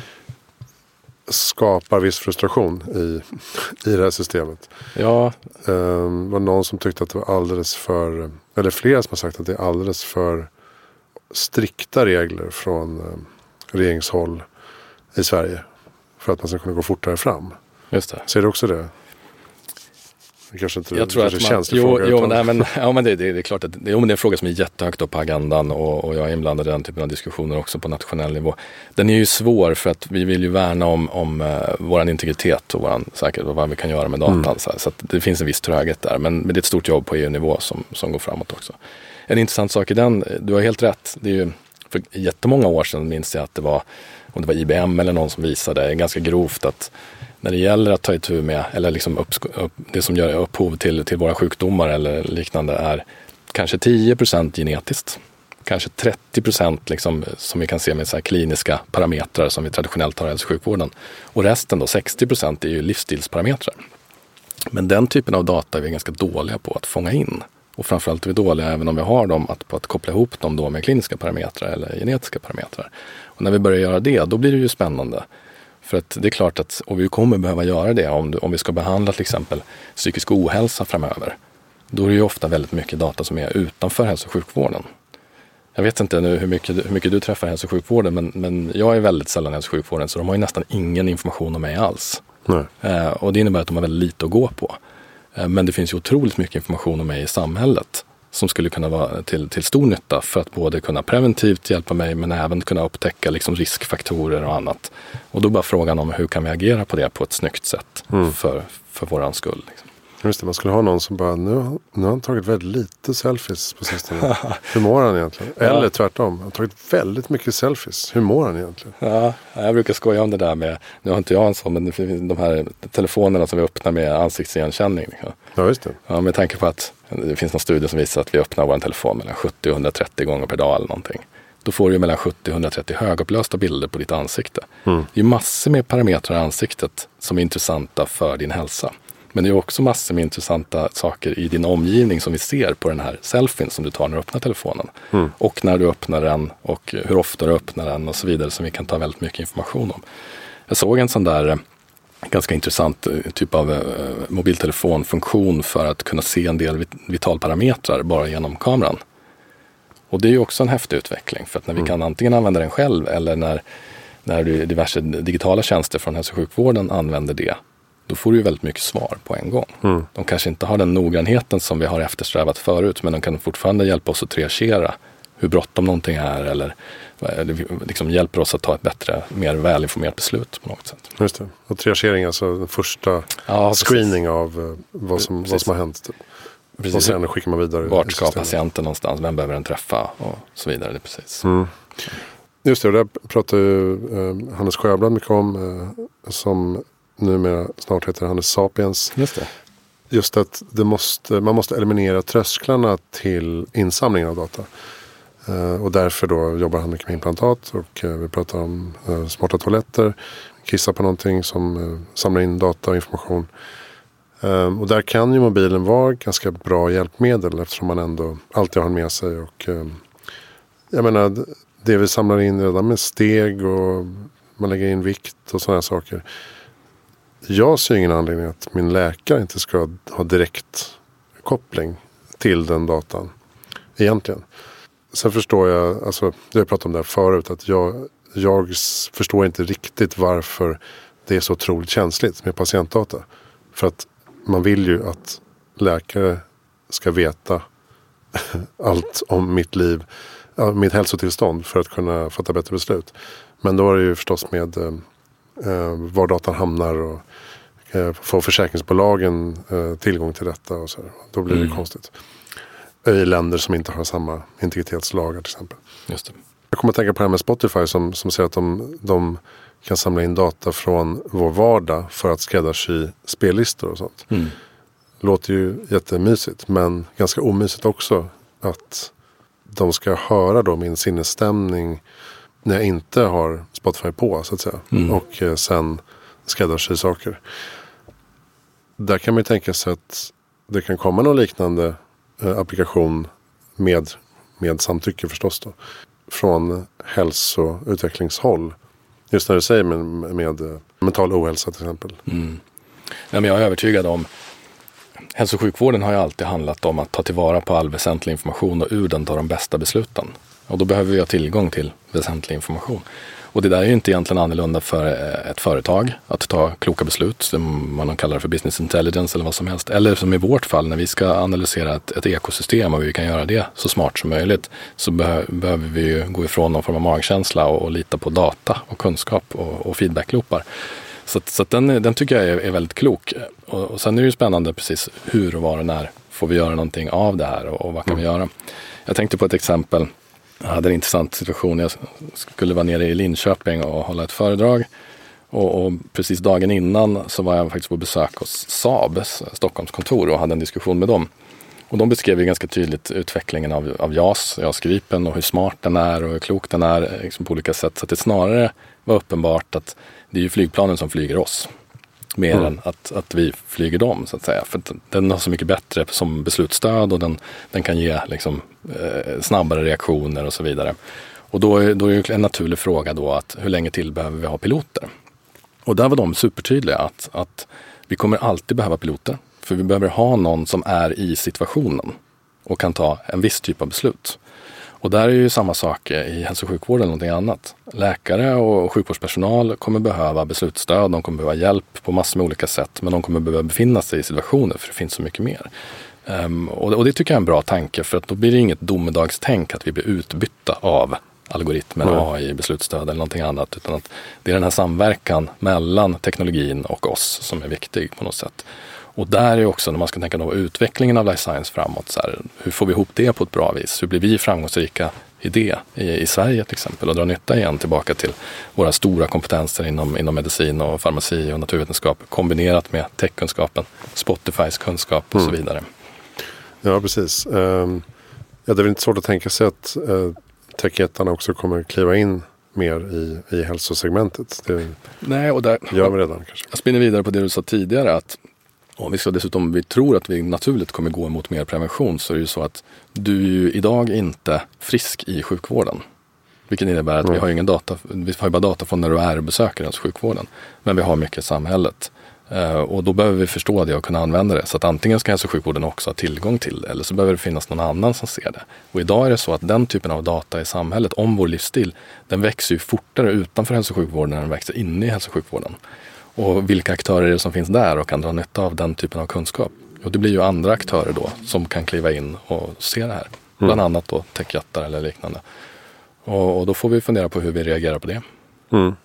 skapar viss frustration i, i det här systemet. Ja. Det um, var någon som tyckte att det var alldeles för, eller flera som har sagt att det är alldeles för strikta regler från um, regeringshåll i Sverige för att man ska kunna gå fortare fram. Just det. Ser du också det? Det kanske inte jag tror att man, känslig jo, fråga. Jo, utan... nej, men, ja, men det, det, det är klart att det, jo, men det är en fråga som är jättehögt upp på agendan och, och jag är inblandad i den typen av diskussioner också på nationell nivå. Den är ju svår för att vi vill ju värna om, om uh, vår integritet och vår säkerhet och vad vi kan göra med datan. Mm. Så, så att det finns en viss tröghet där, men, men det är ett stort jobb på E U-nivå som, som går framåt också. En intressant sak i den, du har helt rätt, det är ju för jättemånga år sedan minns jag att det var, om det var I B M eller någon som visade ganska grovt att när det gäller att ta itu med, eller liksom upp, upp, det som gör upphov till, till våra sjukdomar eller liknande är kanske tio procent genetiskt. Kanske trettio procent liksom, som vi kan se med så här kliniska parametrar som vi traditionellt har i hälso- och sjukvården. Och resten då, sextio procent, är ju livsstilsparametrar. Men den typen av data är vi ganska dåliga på att fånga in. Och framförallt är vi dåliga, även om vi har dem, att, på att koppla ihop dem då med kliniska parametrar eller genetiska parametrar. Och när vi börjar göra det, då blir det ju spännande. För att det är klart att, och vi kommer behöva göra det om, om vi ska behandla till exempel psykisk ohälsa framöver. Då är det ju ofta väldigt mycket data som är utanför hälso- och sjukvården. Jag vet inte nu hur mycket, hur mycket du träffar hälso- och sjukvården, men, men jag är väldigt sällan hälso- och sjukvården, så de har ju nästan ingen information om mig alls. Eh, och det innebär att de har väldigt lite att gå på. Eh, men det finns ju otroligt mycket information om mig i samhället som skulle kunna vara till, till stor nytta för att både kunna preventivt hjälpa mig men även kunna upptäcka liksom riskfaktorer och annat. Och då bara frågan om hur kan vi agera på det på ett snyggt sätt mm. för, för våran skull. Liksom. Just det, man skulle ha någon som bara, nu, nu har han tagit väldigt lite selfies på sistone. Hur mår han egentligen? Eller ja. tvärtom, han har tagit väldigt mycket selfies. Hur mår han egentligen? Ja, jag brukar skoja om det där med, nu har inte jag en sån, men det finns de här telefonerna som vi öppnar med ansiktsigenkänning. Liksom. Ja, just det. Ja, med tanke på att det finns någon studie som visar att vi öppnar vår telefon mellan sjuttio och hundratrettio gånger per dag eller någonting. Då får du mellan sjuttio och hundratrettio högupplösta bilder på ditt ansikte. Mm. Det är ju massor med parametrar i ansiktet som är intressanta för din hälsa. Men det är också massor med intressanta saker i din omgivning som vi ser på den här selfien som du tar när du öppnar telefonen. Mm. Och när du öppnar den och hur ofta du öppnar den och så vidare, som vi kan ta väldigt mycket information om. Jag såg en sån där ganska intressant typ av eh, mobiltelefonfunktion för att kunna se en del vit- vitalparametrar bara genom kameran. Och det är ju också en häftig utveckling, för att när vi mm. kan antingen använda den själv eller när, när du, diverse digitala tjänster från hälso- och sjukvården använder det, då får du ju väldigt mycket svar på en gång. Mm. De kanske inte har den noggrannheten som vi har eftersträvat förut, men de kan fortfarande hjälpa oss att triagera hur bråttom någonting är eller det liksom hjälper oss att ta ett bättre, mer välinformerat beslut på något sätt. Just det. Och triagering, alltså den första ja, screening av vad som, vad som har hänt. Typ. Precis. Och sen skickar man vidare. Vart ska patienten någonstans? Vem behöver den träffa? Och så vidare. Det är precis. Mm. Just det, och där pratar ju eh, Hannes Sjöblad mycket om eh, som numera snart heter Hannes Sapiens. Just det. Just att det måste, man måste eliminera trösklarna till insamlingen av data. Eh, och därför då jobbar han mycket med implantat och eh, vi pratar om eh, smarta toaletter, kissa på någonting som eh, samlar in data och information. Eh, och där kan ju mobilen vara ganska bra hjälpmedel eftersom man ändå alltid har med sig och eh, jag menar det vi samlar in redan med steg och man lägger in vikt och sådana saker. Jag ser ingen anledning att min läkare inte ska ha direkt koppling till den datan. Egentligen. Sen förstår jag, alltså jag har pratat om det här förut, att jag, jag förstår inte riktigt varför det är så otroligt känsligt med patientdata. För att man vill ju att läkare ska veta allt om mitt liv, mitt hälsotillstånd för att kunna fatta bättre beslut. Men då är det ju förstås med eh, var datan hamnar och eh, får försäkringsbolagen eh, tillgång till detta och så här. Då blir det mm. konstigt. I länder som inte har samma integritetslagar till exempel. Just det. Jag kommer att tänka på det här med Spotify som, som säger att de, de kan samla in data från vår vardag för att skräddarsy spellistor och sånt. Mm. Låter ju jättemysigt men ganska omysigt också att de ska höra då min sinnesstämning när jag inte har Spotify på så att säga. Mm. Och eh, sen skräddarsy saker. Där kan man ju tänka sig att det kan komma någon liknande eh, applikation med, med samtycke förstås då. Från hälsoutvecklingshåll. Just när du säger med, med eh, mental ohälsa till exempel. Mm. Ja, men jag är övertygad om hälso- och sjukvården har ju alltid handlat om att ta tillvara på all väsentlig information och ur den ta de bästa besluten. Och då behöver vi ha tillgång till väsentlig information. Och det där är ju inte egentligen annorlunda för ett företag att ta kloka beslut, som man kallar för business intelligence eller vad som helst. Eller som i vårt fall, när vi ska analysera ett, ett ekosystem och vi kan göra det så smart som möjligt, så be- behöver vi ju gå ifrån någon form av magkänsla och, och lita på data och kunskap och, och feedbackloopar. Så, så att den, den tycker jag är, är väldigt klok. Och, och sen är det ju spännande precis hur och var och när får vi göra någonting av det här och, och vad kan mm. vi göra. Jag tänkte på ett exempel. Jag hade en intressant situation. Jag skulle vara nere i Linköping och hålla ett föredrag. Och, och precis dagen innan så var jag faktiskt på besök hos Saabs Stockholmskontor och hade en diskussion med dem. Och de beskrev ju ganska tydligt utvecklingen av, av JAS, JAS Gripen och hur smart den är och hur klok den är liksom på olika sätt. Så att det snarare var uppenbart att det är ju flygplanen som flyger oss. Mer mm. än att, att vi flyger dem så att säga. För den har så mycket bättre som beslutsstöd och den, den kan ge liksom, eh, snabbare reaktioner och så vidare. Och då är, då är det en naturlig fråga då att hur länge till behöver vi ha piloter? Och där var de supertydliga att, att vi kommer alltid behöva piloter. För vi behöver ha någon som är i situationen och kan ta en viss typ av beslut. Och där är ju samma sak i hälso- och sjukvården eller någonting annat. Läkare och sjukvårdspersonal kommer behöva beslutsstöd, de kommer behöva hjälp på massor med olika sätt, men de kommer behöva befinna sig i situationer för det finns så mycket mer. Um, och, och det tycker jag är en bra tanke, för att då blir det inget domedagstänk att vi blir utbytta av algoritmer, mm. A I, beslutsstöd eller någonting annat, utan att det är den här samverkan mellan teknologin och oss som är viktig på något sätt. Och där är också, när man ska tänka på utvecklingen av life science framåt, så här, hur får vi ihop det på ett bra vis? Hur blir vi framgångsrika i det i, i Sverige till exempel? Och dra nytta igen tillbaka till våra stora kompetenser inom, inom medicin och farmaci och naturvetenskap kombinerat med techkunskapen, Spotifys kunskap och mm. så vidare. Ja, precis. Um, ja, det är väl inte svårt att tänka sig att uh, techjättarna också kommer kliva in mer i, i hälsosegmentet. Det Nej, och där gör vi redan kanske. Jag spinner vidare på det du sa tidigare, att och vi ska dessutom, vi tror att vi naturligt kommer gå mot mer prevention, så är det ju så att du är ju idag inte frisk i sjukvården. Vilket innebär att mm. vi har ingen data, vi har ju bara data från när du är besökare hos sjukvården. Men vi har mycket i samhället. Uh, och då behöver vi förstå det och kunna använda det. Så att antingen ska hälso- och sjukvården också ha tillgång till det, eller så behöver det finnas någon annan som ser det. Och idag är det så att den typen av data i samhället om vår livsstil, den växer ju fortare utanför hälso- och sjukvården än den växer inne i hälso- och sjukvården. Och vilka aktörer är det som finns där och kan dra nytta av den typen av kunskap? Och det blir ju andra aktörer då som kan kliva in och se det här. Bland mm. annat då techjättar eller liknande. Och, och då får vi fundera på hur vi reagerar på det. Mm.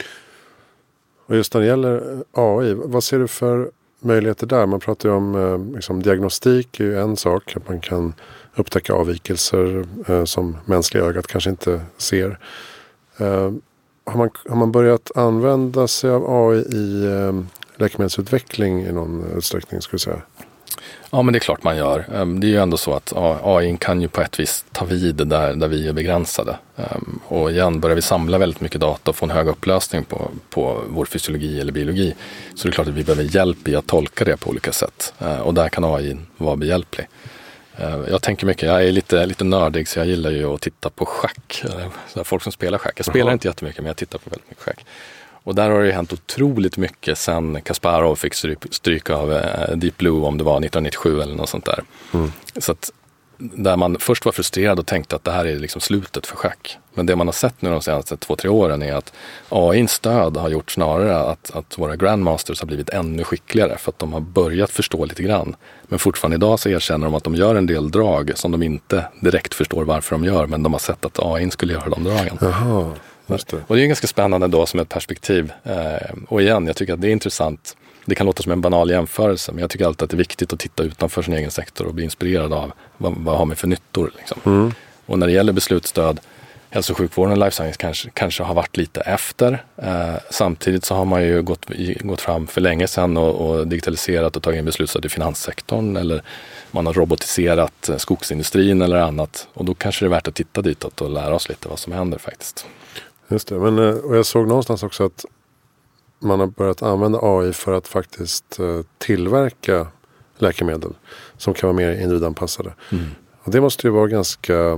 Och just när det gäller A I, vad ser du för möjligheter där? Man pratar ju om eh, liksom, diagnostik är ju en sak. Att man kan upptäcka avvikelser eh, som mänskliga ögat kanske inte ser. Eh, har, man, har man börjat använda sig av A I i eh, läkemedelsutveckling i någon utsträckning, skulle jag säga? Ja, men det är klart man gör. Det är ju ändå så att A I kan ju på ett vis ta vid där, där vi är begränsade. Och igen, börjar vi samla väldigt mycket data och få en hög upplösning på, på vår fysiologi eller biologi, så är det klart att vi behöver hjälp i att tolka det på olika sätt. Och där kan A I vara behjälplig. Jag tänker mycket, jag är lite, lite nördig, så jag gillar ju att titta på schack. Så folk som spelar schack. Jag spelar inte jättemycket, men jag tittar på väldigt mycket schack. Och där har det hänt otroligt mycket sen Kasparov fick stryka av Deep Blue, om det var nittonhundranittiosju eller något sånt där. Mm. Så att där man först var frustrerad och tänkte att det här är liksom slutet för schack. Men det man har sett nu de senaste två, tre åren är att A I:ns stöd har gjort snarare att, att våra grandmasters har blivit ännu skickligare, för att de har börjat förstå lite grann. Men fortfarande idag så erkänner de att de gör en del drag som de inte direkt förstår varför de gör, men de har sett att A I skulle göra de dragen. Jaha. Just det. Och det är ganska spännande då som ett perspektiv. Eh, och igen, jag tycker att det är intressant. Det kan låta som en banal jämförelse, men jag tycker alltid att det är viktigt att titta utanför sin egen sektor och bli inspirerad av vad, vad har vi för nyttor. Liksom. Mm. Och när det gäller beslutsstöd, hälso- och sjukvården och life science kanske, kanske har varit lite efter. Eh, samtidigt så har man ju gått, gått fram för länge sedan och, och digitaliserat och tagit in beslutsstöd i finanssektorn, eller man har robotiserat skogsindustrin eller annat. Och då kanske det är värt att titta ditåt och lära oss lite vad som händer faktiskt. Just det, men och jag såg någonstans också att man har börjat använda A I för att faktiskt tillverka läkemedel som kan vara mer individanpassade. Mm. Och det måste ju vara ganska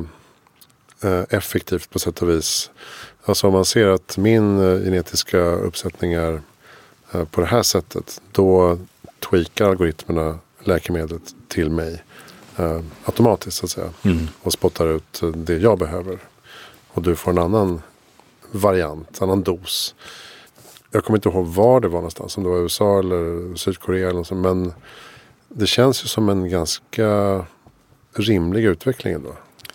effektivt på sätt och vis. Alltså om man ser att min genetiska uppsättning är på det här sättet, då tweakar algoritmerna läkemedlet till mig automatiskt så att säga. Mm. Och spottar ut det jag behöver. Och du får en annan variant, annan dos. Jag kommer inte ihåg var det var någonstans, om det var U S A eller Sydkorea eller något sånt, men det känns ju som en ganska rimlig utveckling ändå.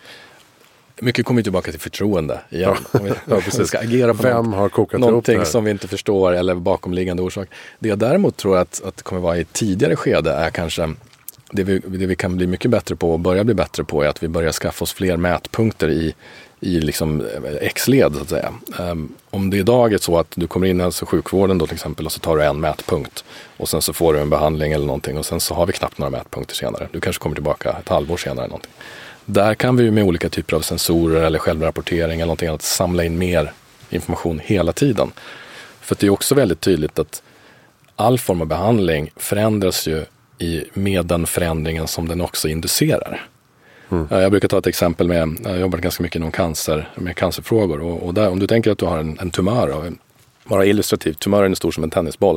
Mycket kommer tillbaka till förtroende igen. Ja, om vi, ja, precis. ska agera på Vem något, har kokat någonting ihop det som vi inte förstår eller bakomliggande orsak. Det jag däremot tror att, att det kommer vara i ett tidigare skede är kanske det vi, det vi kan bli mycket bättre på och börja bli bättre på är att vi börjar skaffa oss fler mätpunkter i i liksom X-led så att säga. Um, om det idag är så att du kommer in i hälso- och sjukvården då till exempel och så tar du en mätpunkt och sen så får du en behandling eller någonting och sen så har vi knappt några mätpunkter senare. Du kanske kommer tillbaka ett halvår senare eller någonting. Där kan vi ju med olika typer av sensorer eller självrapportering eller någonting annat samla in mer information hela tiden. För det är också väldigt tydligt att all form av behandling förändras ju i, med den förändringen som den också inducerar. Mm. Jag brukar ta ett exempel med, jag har jobbat ganska mycket inom cancer, med cancerfrågor och, och där, om du tänker att du har en, en tumör, bara illustrativt, tumören är stor som en tennisboll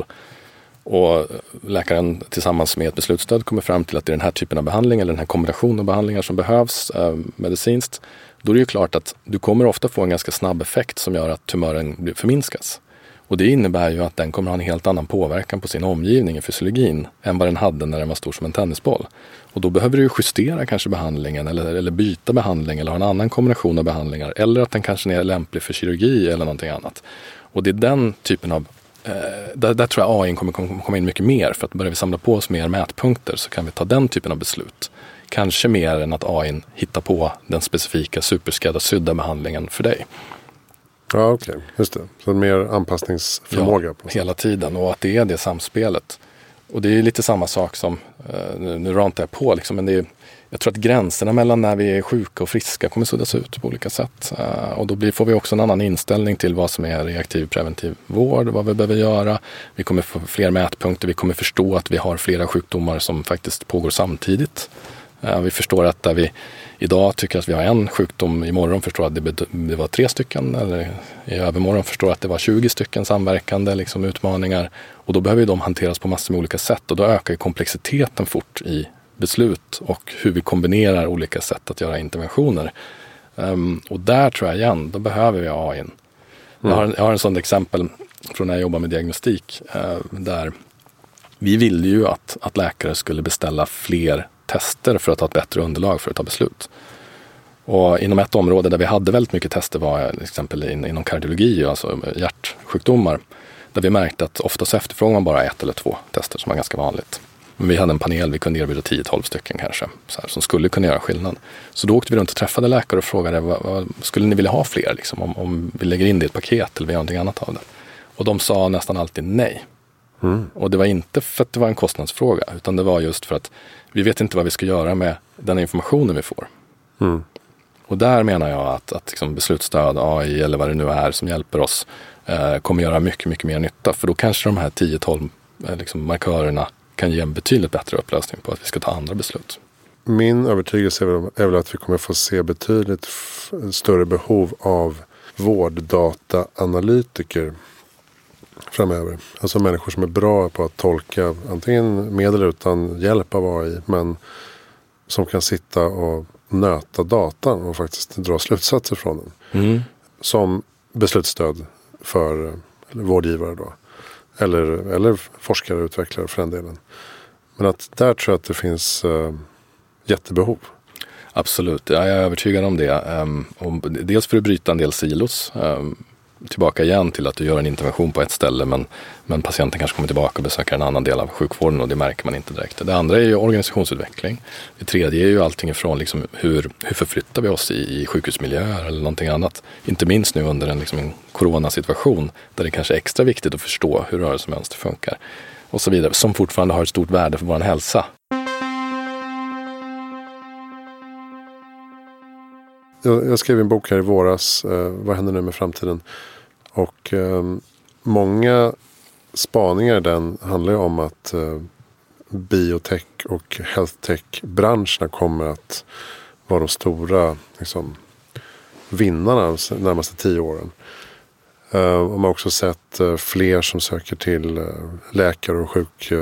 och läkaren tillsammans med ett beslutsstöd kommer fram till att det är den här typen av behandling eller den här kombinationen av behandlingar som behövs eh, medicinskt, då är det ju klart att du kommer ofta få en ganska snabb effekt som gör att tumören förminskas. Och det innebär ju att den kommer ha en helt annan påverkan på sin omgivning i fysiologin än vad den hade när den var stor som en tennisboll. Och då behöver du justera kanske behandlingen eller, eller byta behandling eller ha en annan kombination av behandlingar. Eller att den kanske är lämplig för kirurgi eller någonting annat. Och det är den typen av, eh, där, där tror jag A I kommer komma in mycket mer. För att börjar vi samla på oss mer mätpunkter så kan vi ta den typen av beslut. Kanske mer än att A I hittar på den specifika superskräddarsydda behandlingen för dig. Ja, okej. Okay. Just det. Så mer anpassningsförmåga. Ja, på hela tiden. Och att det är det samspelet. Och det är lite samma sak som, uh, nu, nu rantar jag på liksom, men det är, jag tror att gränserna mellan när vi är sjuka och friska kommer suddas ut på olika sätt. Uh, och då blir, får vi också en annan inställning till vad som är reaktiv preventiv vård, vad vi behöver göra. Vi kommer få fler mätpunkter, vi kommer förstå att vi har flera sjukdomar som faktiskt pågår samtidigt. Uh, vi förstår att där vi idag tycker att vi har en sjukdom, imorgon förstår att det, det var tre stycken, eller i övermorgon förstår att det var tjugo stycken samverkande liksom, utmaningar. Och då behöver de hanteras på massor med olika sätt och då ökar ju komplexiteten fort i beslut och hur vi kombinerar olika sätt att göra interventioner. Um, och där tror jag igen, då behöver vi A I. Mm. Jag, har, jag har en sån exempel från när jag jobbar med diagnostik uh, där vi ville ju att, att läkare skulle beställa fler tester för att ha ett bättre underlag för att ta beslut. Och inom ett område där vi hade väldigt mycket tester var till exempel inom kardiologi, alltså hjärtsjukdomar. Där vi märkte att oftast efterfrågar man bara ett eller två tester som var ganska vanligt. Men vi hade en panel, vi kunde erbjuda tio tolv stycken kanske, så här, som skulle kunna göra skillnad. Så då åkte vi runt och träffade läkare och frågade, vad, vad, skulle ni vilja ha fler? Liksom, om, om vi lägger in det i ett paket eller vi gör någonting annat av det. Och de sa nästan alltid nej. Mm. Och det var inte för att det var en kostnadsfråga, utan det var just för att vi vet inte vad vi ska göra med den informationen vi får. Mm. Och där menar jag att, att liksom beslutsstöd, A I eller vad det nu är som hjälper oss eh, kommer göra mycket, mycket mer nytta. För då kanske de här tio tolv eh, liksom markörerna kan ge en betydligt bättre upplösning på att vi ska ta andra beslut. Min övertygelse är väl, är väl att vi kommer få se betydligt f- större behov av vårddataanalytiker framöver. Alltså människor som är bra på att tolka antingen med eller utan hjälp av A I, men som kan sitta och nöta datan och faktiskt dra slutsatser från den. Mm. Som beslutsstöd för vårdgivare då. Eller, eller forskare och utvecklare för den delen. Men att där tror jag att det finns uh, jättebehov. Absolut, jag är övertygad om det. Um, om, dels för att bryta en del silos. Um, tillbaka igen till att du gör en intervention på ett ställe men, men patienten kanske kommer tillbaka och besöker en annan del av sjukvården och det märker man inte direkt. Det andra är ju organisationsutveckling. Det tredje är ju allting ifrån liksom hur, hur förflyttar vi oss i, i sjukhusmiljöer eller någonting annat. Inte minst nu under en, liksom en coronasituation där det kanske är extra viktigt att förstå hur rörelsemönster funkar och så vidare, som fortfarande har ett stort värde för vår hälsa. Jag skrev en bok här i våras, eh, vad händer nu med framtiden? Och eh, många spaningar i den handlar ju om att eh, biotech och healthtech-branscherna kommer att vara de stora liksom, vinnarna de närmaste tio åren. Eh, och man har också sett eh, fler som söker till eh, läkare- och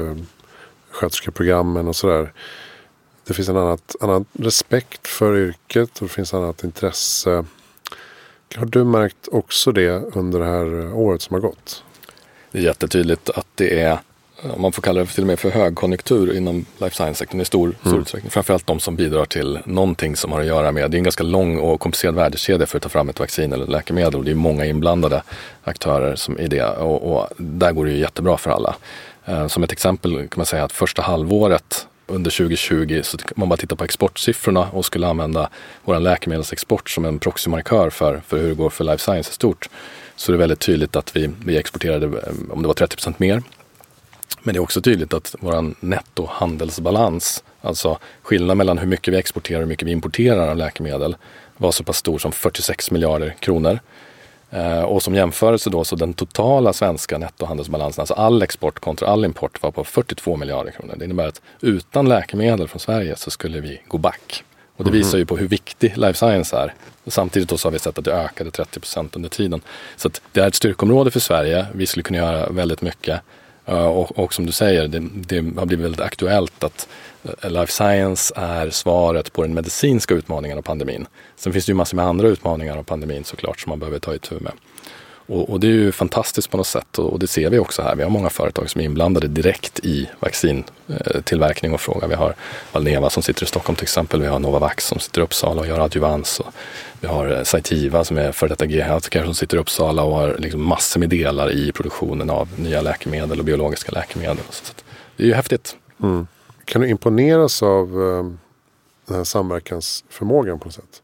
sjuksköterskeprogrammen och sådär. Det finns en annat, annan respekt för yrket och det finns annat intresse. Har du märkt också det under det här året som har gått? Det är jättetydligt att det är, om man får kalla det till och med för högkonjunktur inom life science-sektorn i stor, stor mm. utsträckning. Framförallt de som bidrar till någonting som har att göra med, det är en ganska lång och komplicerad värdekedja för att ta fram ett vaccin eller läkemedel. Och det är många inblandade aktörer som i det och, och där går det ju jättebra för alla. Som ett exempel kan man säga att första halvåret under tjugo tjugo, så man bara tittar på exportsiffrorna och skulle använda vår läkemedelsexport som en proxymarkör för, för hur det går för life science i stort, så är det väldigt tydligt att vi, vi exporterade om det var trettio procent mer. Men det är också tydligt att vår nettohandelsbalans, alltså skillnaden mellan hur mycket vi exporterar och hur mycket vi importerar av läkemedel, var så pass stor som fyrtiosex miljarder kronor. Eh, och som jämförelse då, så den totala svenska nettohandelsbalansen, alltså all export kontra all import, var på fyrtiotvå miljarder kronor. Det innebär att utan läkemedel från Sverige så skulle vi gå back. Och det visar ju på hur viktig life science är. Och samtidigt då så har vi sett att det ökade trettio procent under tiden. Så att det är ett styrkområde för Sverige. Vi skulle kunna göra väldigt mycket. Och, och som du säger, det, det har blivit väldigt aktuellt att life science är svaret på den medicinska utmaningen av pandemin. Sen finns det ju massor med andra utmaningar av pandemin såklart som man behöver ta itu med. Och, och det är ju fantastiskt på något sätt och, och det ser vi också här. Vi har många företag som är inblandade direkt i vaccintillverkning och fråga. Vi har Valneva som sitter i Stockholm till exempel. Vi har Novavax som sitter i Uppsala och gör adjuvans. Och vi har Cytiva som är för detta G-Healthcare som sitter i Uppsala och har liksom massor med delar i produktionen av nya läkemedel och biologiska läkemedel. Så det är ju häftigt. Mm. Kan du imponeras av um, den här samverkansförmågan på något sätt?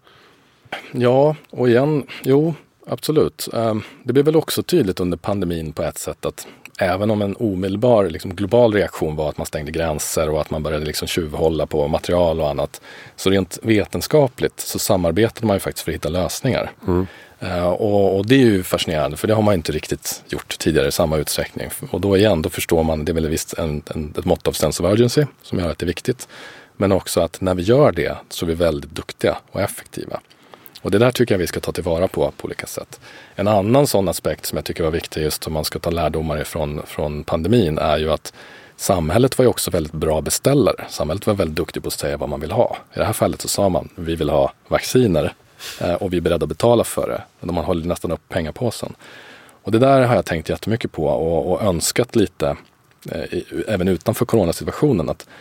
Ja, och igen, jo, absolut. Um, det blev väl också tydligt under pandemin på ett sätt att även om en omedelbar liksom, global reaktion var att man stängde gränser och att man började liksom, tjuvhålla på material och annat, så rent vetenskapligt så samarbetade man ju faktiskt för att hitta lösningar. Mm. Uh, och, och det är ju fascinerande, för det har man inte riktigt gjort tidigare i samma utsträckning. Och då igen, då förstår man, det är väl visst en, en, ett mått av sense of urgency som gör att det är viktigt. Men också att när vi gör det så är vi väldigt duktiga och effektiva. Och det där tycker jag vi ska ta tillvara på på olika sätt. En annan sån aspekt som jag tycker var viktig just om man ska ta lärdomar ifrån, från pandemin är ju att samhället var ju också väldigt bra beställare. Samhället var väldigt duktig på att säga vad man vill ha. I det här fallet så sa man, vi vill ha vacciner och vi är beredda att betala för det. Men man håller nästan upp pengapåsen. Och det där har jag tänkt jättemycket på och, och önskat lite, eh, även utanför coronasituationen, att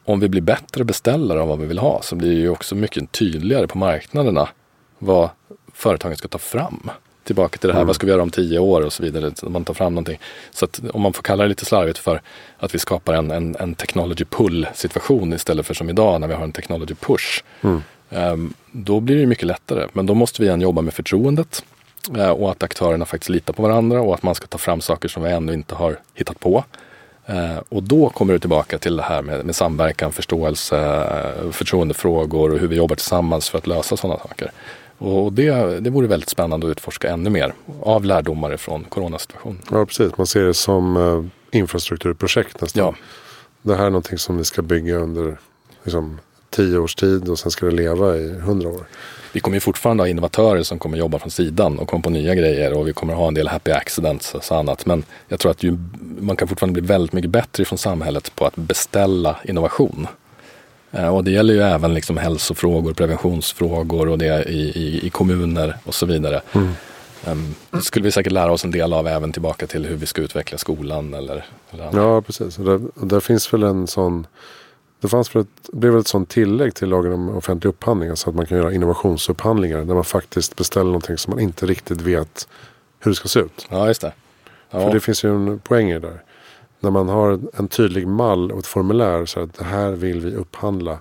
om vi blir bättre beställare av vad vi vill ha så blir det ju också mycket tydligare på marknaderna vad företagen ska ta fram. Tillbaka till det här, mm. vad ska vi göra om tio år och så vidare, om man tar fram någonting. Så att om man får kalla det lite slarvigt för att vi skapar en, en, en technology pull-situation istället för som idag när vi har en technology push. Mm. Um, då blir det mycket lättare. Men då måste vi igen jobba med förtroendet uh, och att aktörerna faktiskt litar på varandra och att man ska ta fram saker som vi ännu inte har hittat på. Uh, och då kommer det tillbaka till det här med, med samverkan, förståelse, förtroendefrågor och hur vi jobbar tillsammans för att lösa sådana saker. Och det, det vore väldigt spännande att utforska ännu mer av lärdomar från coronasituationen. Ja, precis. Man ser det som uh, infrastrukturprojekt nästan. Ja. Det här är någonting som vi ska bygga under liksom, tio års tid och sen ska det leva i hundra år. Vi kommer ju fortfarande ha innovatörer som kommer jobba från sidan och komma på nya grejer och vi kommer ha en del happy accidents och så annat. Men jag tror att ju, man kan fortfarande bli väldigt mycket bättre från samhället på att beställa innovation. Och det gäller ju även liksom hälsofrågor, preventionsfrågor och det i, i, i kommuner och så vidare. Mm. Um, det skulle vi säkert lära oss en del av även tillbaka till hur vi ska utveckla skolan. Eller, eller ja, precis. Och där, och där finns väl en sån... Det fanns väl ett, blev väl ett sånt tillägg till lagen om offentlig upphandling. Så att man kan göra innovationsupphandlingar där man faktiskt beställer någonting som man inte riktigt vet hur det ska se ut. Ja, just det. Ja. För det finns ju en poäng i där. När man har en tydlig mall och ett formulär så att det här vill vi upphandla.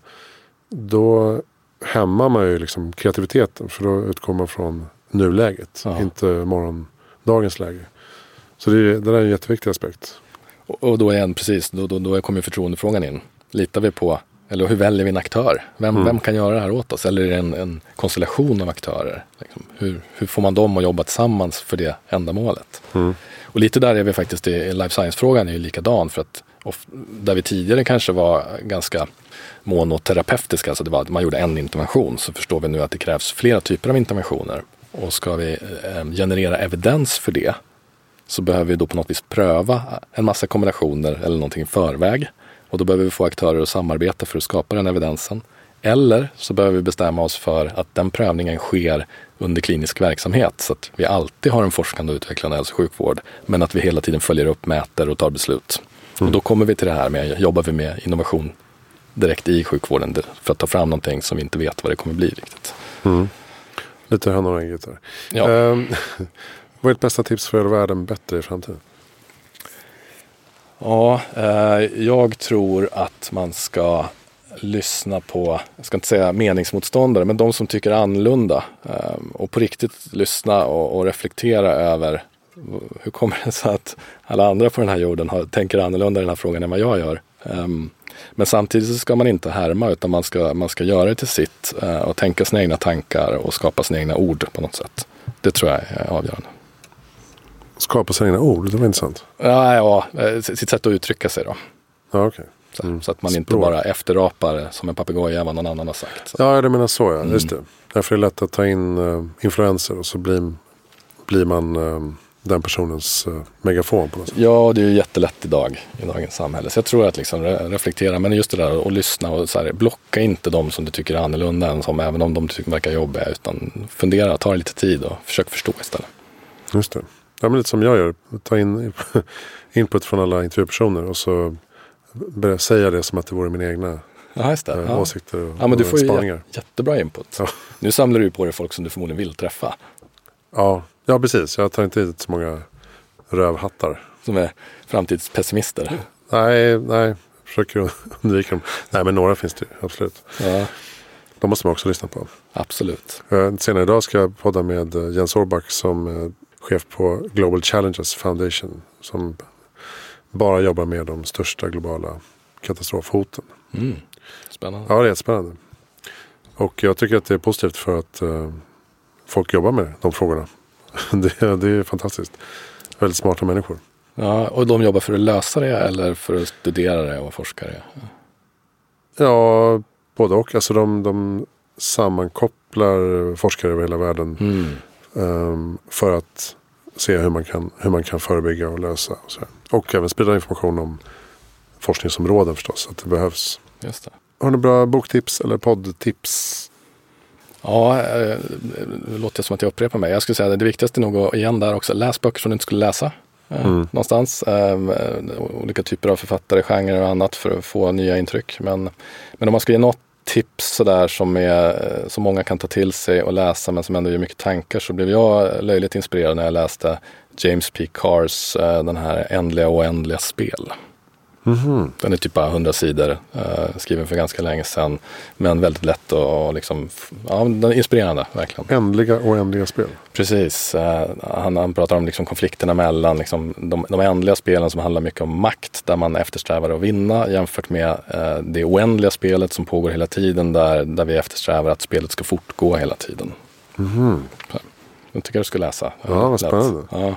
Då hämmar man ju liksom kreativiteten. För då utgår man från nuläget. Ja. Inte morgondagens läge. Så det, är, det där är en jätteviktig aspekt. Och, och då igen, precis, då, då, då kommer förtroendefrågan in. Litar vi på, eller hur väljer vi en aktör? Vem, mm. vem kan göra det här åt oss? Eller är det en, en konstellation av aktörer? Liksom, hur, hur får man dem att jobba tillsammans för det ändamålet? Mm. Och lite där är vi faktiskt i life science-frågan är ju likadan. För att of, där vi tidigare kanske var ganska monoterapeutiska, alltså det var att man gjorde en intervention, så förstår vi nu att det krävs flera typer av interventioner. Och ska vi eh, generera evidens för det så behöver vi då på något vis pröva en massa kombinationer eller någonting i förväg. Och då behöver vi få aktörer att samarbeta för att skapa den evidensen. Eller så behöver vi bestämma oss för att den prövningen sker under klinisk verksamhet. Så att vi alltid har en forskande och utvecklande hälso- och sjukvård. Men att vi hela tiden följer upp, mäter och tar beslut. Mm. Och då kommer vi till det här med, jobbar vi med innovation direkt i sjukvården. För att ta fram någonting som vi inte vet vad det kommer bli riktigt. Mm. Lite hör några eget där. Ja. Um, vad är ett bästa tips för att göra världen bättre i framtiden? Ja, eh, jag tror att man ska lyssna på, jag ska inte säga meningsmotståndare, men de som tycker annorlunda. Eh, och på riktigt lyssna och, och reflektera över hur kommer det sig att alla andra på den här jorden har, tänker annorlunda i den här frågan än vad jag gör. Eh, men samtidigt så ska man inte härma, utan man ska, man ska göra det till sitt eh, och tänka sina egna tankar och skapa sina egna ord på något sätt. Det tror jag är avgörande. Skapa sina egna ord, det var intressant. Ja, ja, sitt sätt att uttrycka sig då. Ja, okej. Okay. Mm. Så att man inte Språk. bara efterrapar som en papegoja vad någon annan har sagt. Så. Ja, det menar så, ja. Mm. Just det. Därför är det lätt att ta in uh, influenser och så blir, blir man uh, den personens uh, megafon på något sätt. Ja, det är ju jättelätt idag i dagens samhälle. Så jag tror att liksom re- reflektera, men just det där och lyssna och så här, blocka inte de som du tycker är annorlunda än som, även om de tycker verkar jobbiga, utan fundera, ta lite tid och försök förstå istället. Just det. Ja, men lite som jag gör. Ta in input från alla intervjupersoner och så börja säga det som att det vore mina egna ja, just det. Äh, ja. åsikter och, ja, men du och får spaningar. Ju jättebra input. Ja. Nu samlar du på dig folk som du förmodligen vill träffa. Ja, ja precis. Jag tar inte hit så många rövhattar. Som är framtidspessimister. Nej, nej. Försöker undvika dem. Nej, men några finns det absolut. Ja. De måste man också lyssna på. Absolut. Senare idag ska jag podda med Jens Orback som chef på Global Challenges Foundation som bara jobbar med de största globala katastrofhoten. Mm. Spännande. Ja, det är spännande. Och jag tycker att det är positivt för att uh, folk jobbar med de frågorna. det, det är fantastiskt. Väldigt smarta människor. Ja, och de jobbar för att lösa det eller för att studera det och forska det? Ja, både och. Alltså de, de sammankopplar forskare över hela världen mm. um, för att se hur man kan, hur man kan förebygga och lösa. Och, så och även sprida information om forskningsområden förstås, att det behövs. Just det. Har ni bra boktips eller poddtips? Ja, det låter som att jag upprepar mig. Jag skulle säga att det viktigaste är nog igen där också. Läs böcker som du inte skulle läsa. eh, mm. någonstans. Eh, olika typer av författare, genrer och annat för att få nya intryck. Men, men om man ska ge något tips sådär som, är, som många kan ta till sig och läsa men som ändå ger mycket tankar, så blev jag löjligt inspirerad när jag läste James P. Cars eh, den här Ändliga och oändliga spel. Mm-hmm. Den är typ bara hundra sidor, eh, skriven för ganska länge sedan, men väldigt lätt och, och liksom, ja, den är inspirerande verkligen. Ändliga och oändliga spel. Precis, eh, han, han pratar om liksom konflikterna mellan liksom, de, de ändliga spelen som handlar mycket om makt, där man eftersträvar att vinna, jämfört med eh, det oändliga spelet som pågår hela tiden, där, där vi eftersträvar att spelet ska fortgå hela tiden. Mm-hmm. Så, jag tycker du ska läsa. Ja, vad spännande. Ja.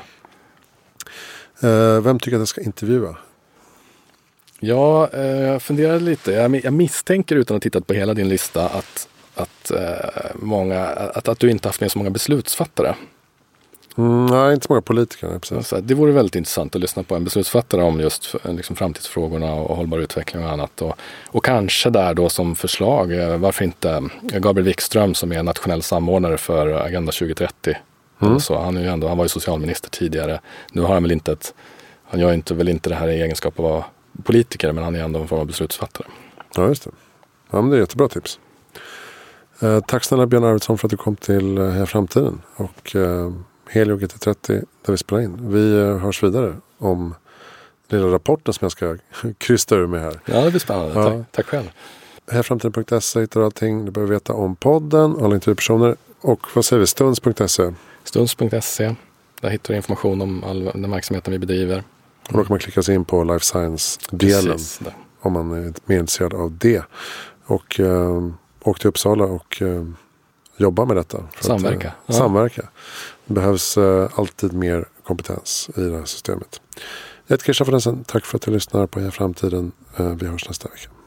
Uh, vem tycker att jag ska intervjua? Ja, jag eh, funderade lite. Jag, jag misstänker utan att ha tittat på hela din lista att, att, eh, många, att, att du inte haft med så många beslutsfattare. Mm, nej, inte så många politiker. Så, det vore väldigt intressant att lyssna på en beslutsfattare om just liksom, framtidsfrågorna och hållbar utveckling och annat. Och, och kanske där då som förslag, varför inte Gabriel Wikström som är nationell samordnare för Agenda tjugo trettio. Mm. Så, han, är ju ändå, han var ju socialminister tidigare. Nu har han väl inte ett, han gör inte, väl inte det här i egenskap av att vara politiker, men han är ändå en form av beslutsfattare. Ja, just det. Ja, men det är jättebra tips. Eh, tack snälla Björn Arvidsson för att du kom till eh, Heja Framtiden och eh, Helio G T trettio där vi spelar in. Vi eh, hörs vidare om den lilla rapporten som jag ska krysta ur med här. Ja, det blir spännande. Ja. Tack, tack själv. heja framtiden punkt se hittar allting du behöver veta om podden, alla intervjupersoner och vad säger vi? Stunds punkt se. Stunds punkt se. Där hittar du information om all den verksamheten vi bedriver. Och då kan man klicka sig in på Life Science-delen om man är mer intresserad av det. Och eh, åk till Uppsala och eh, jobba med detta. För samverka. Att, eh, ja. Samverka. Det behövs eh, alltid mer kompetens i det här systemet. Jag heter Kirsta Frensen. Tack för att du lyssnar på Heja Framtiden. Eh, vi hörs nästa vecka.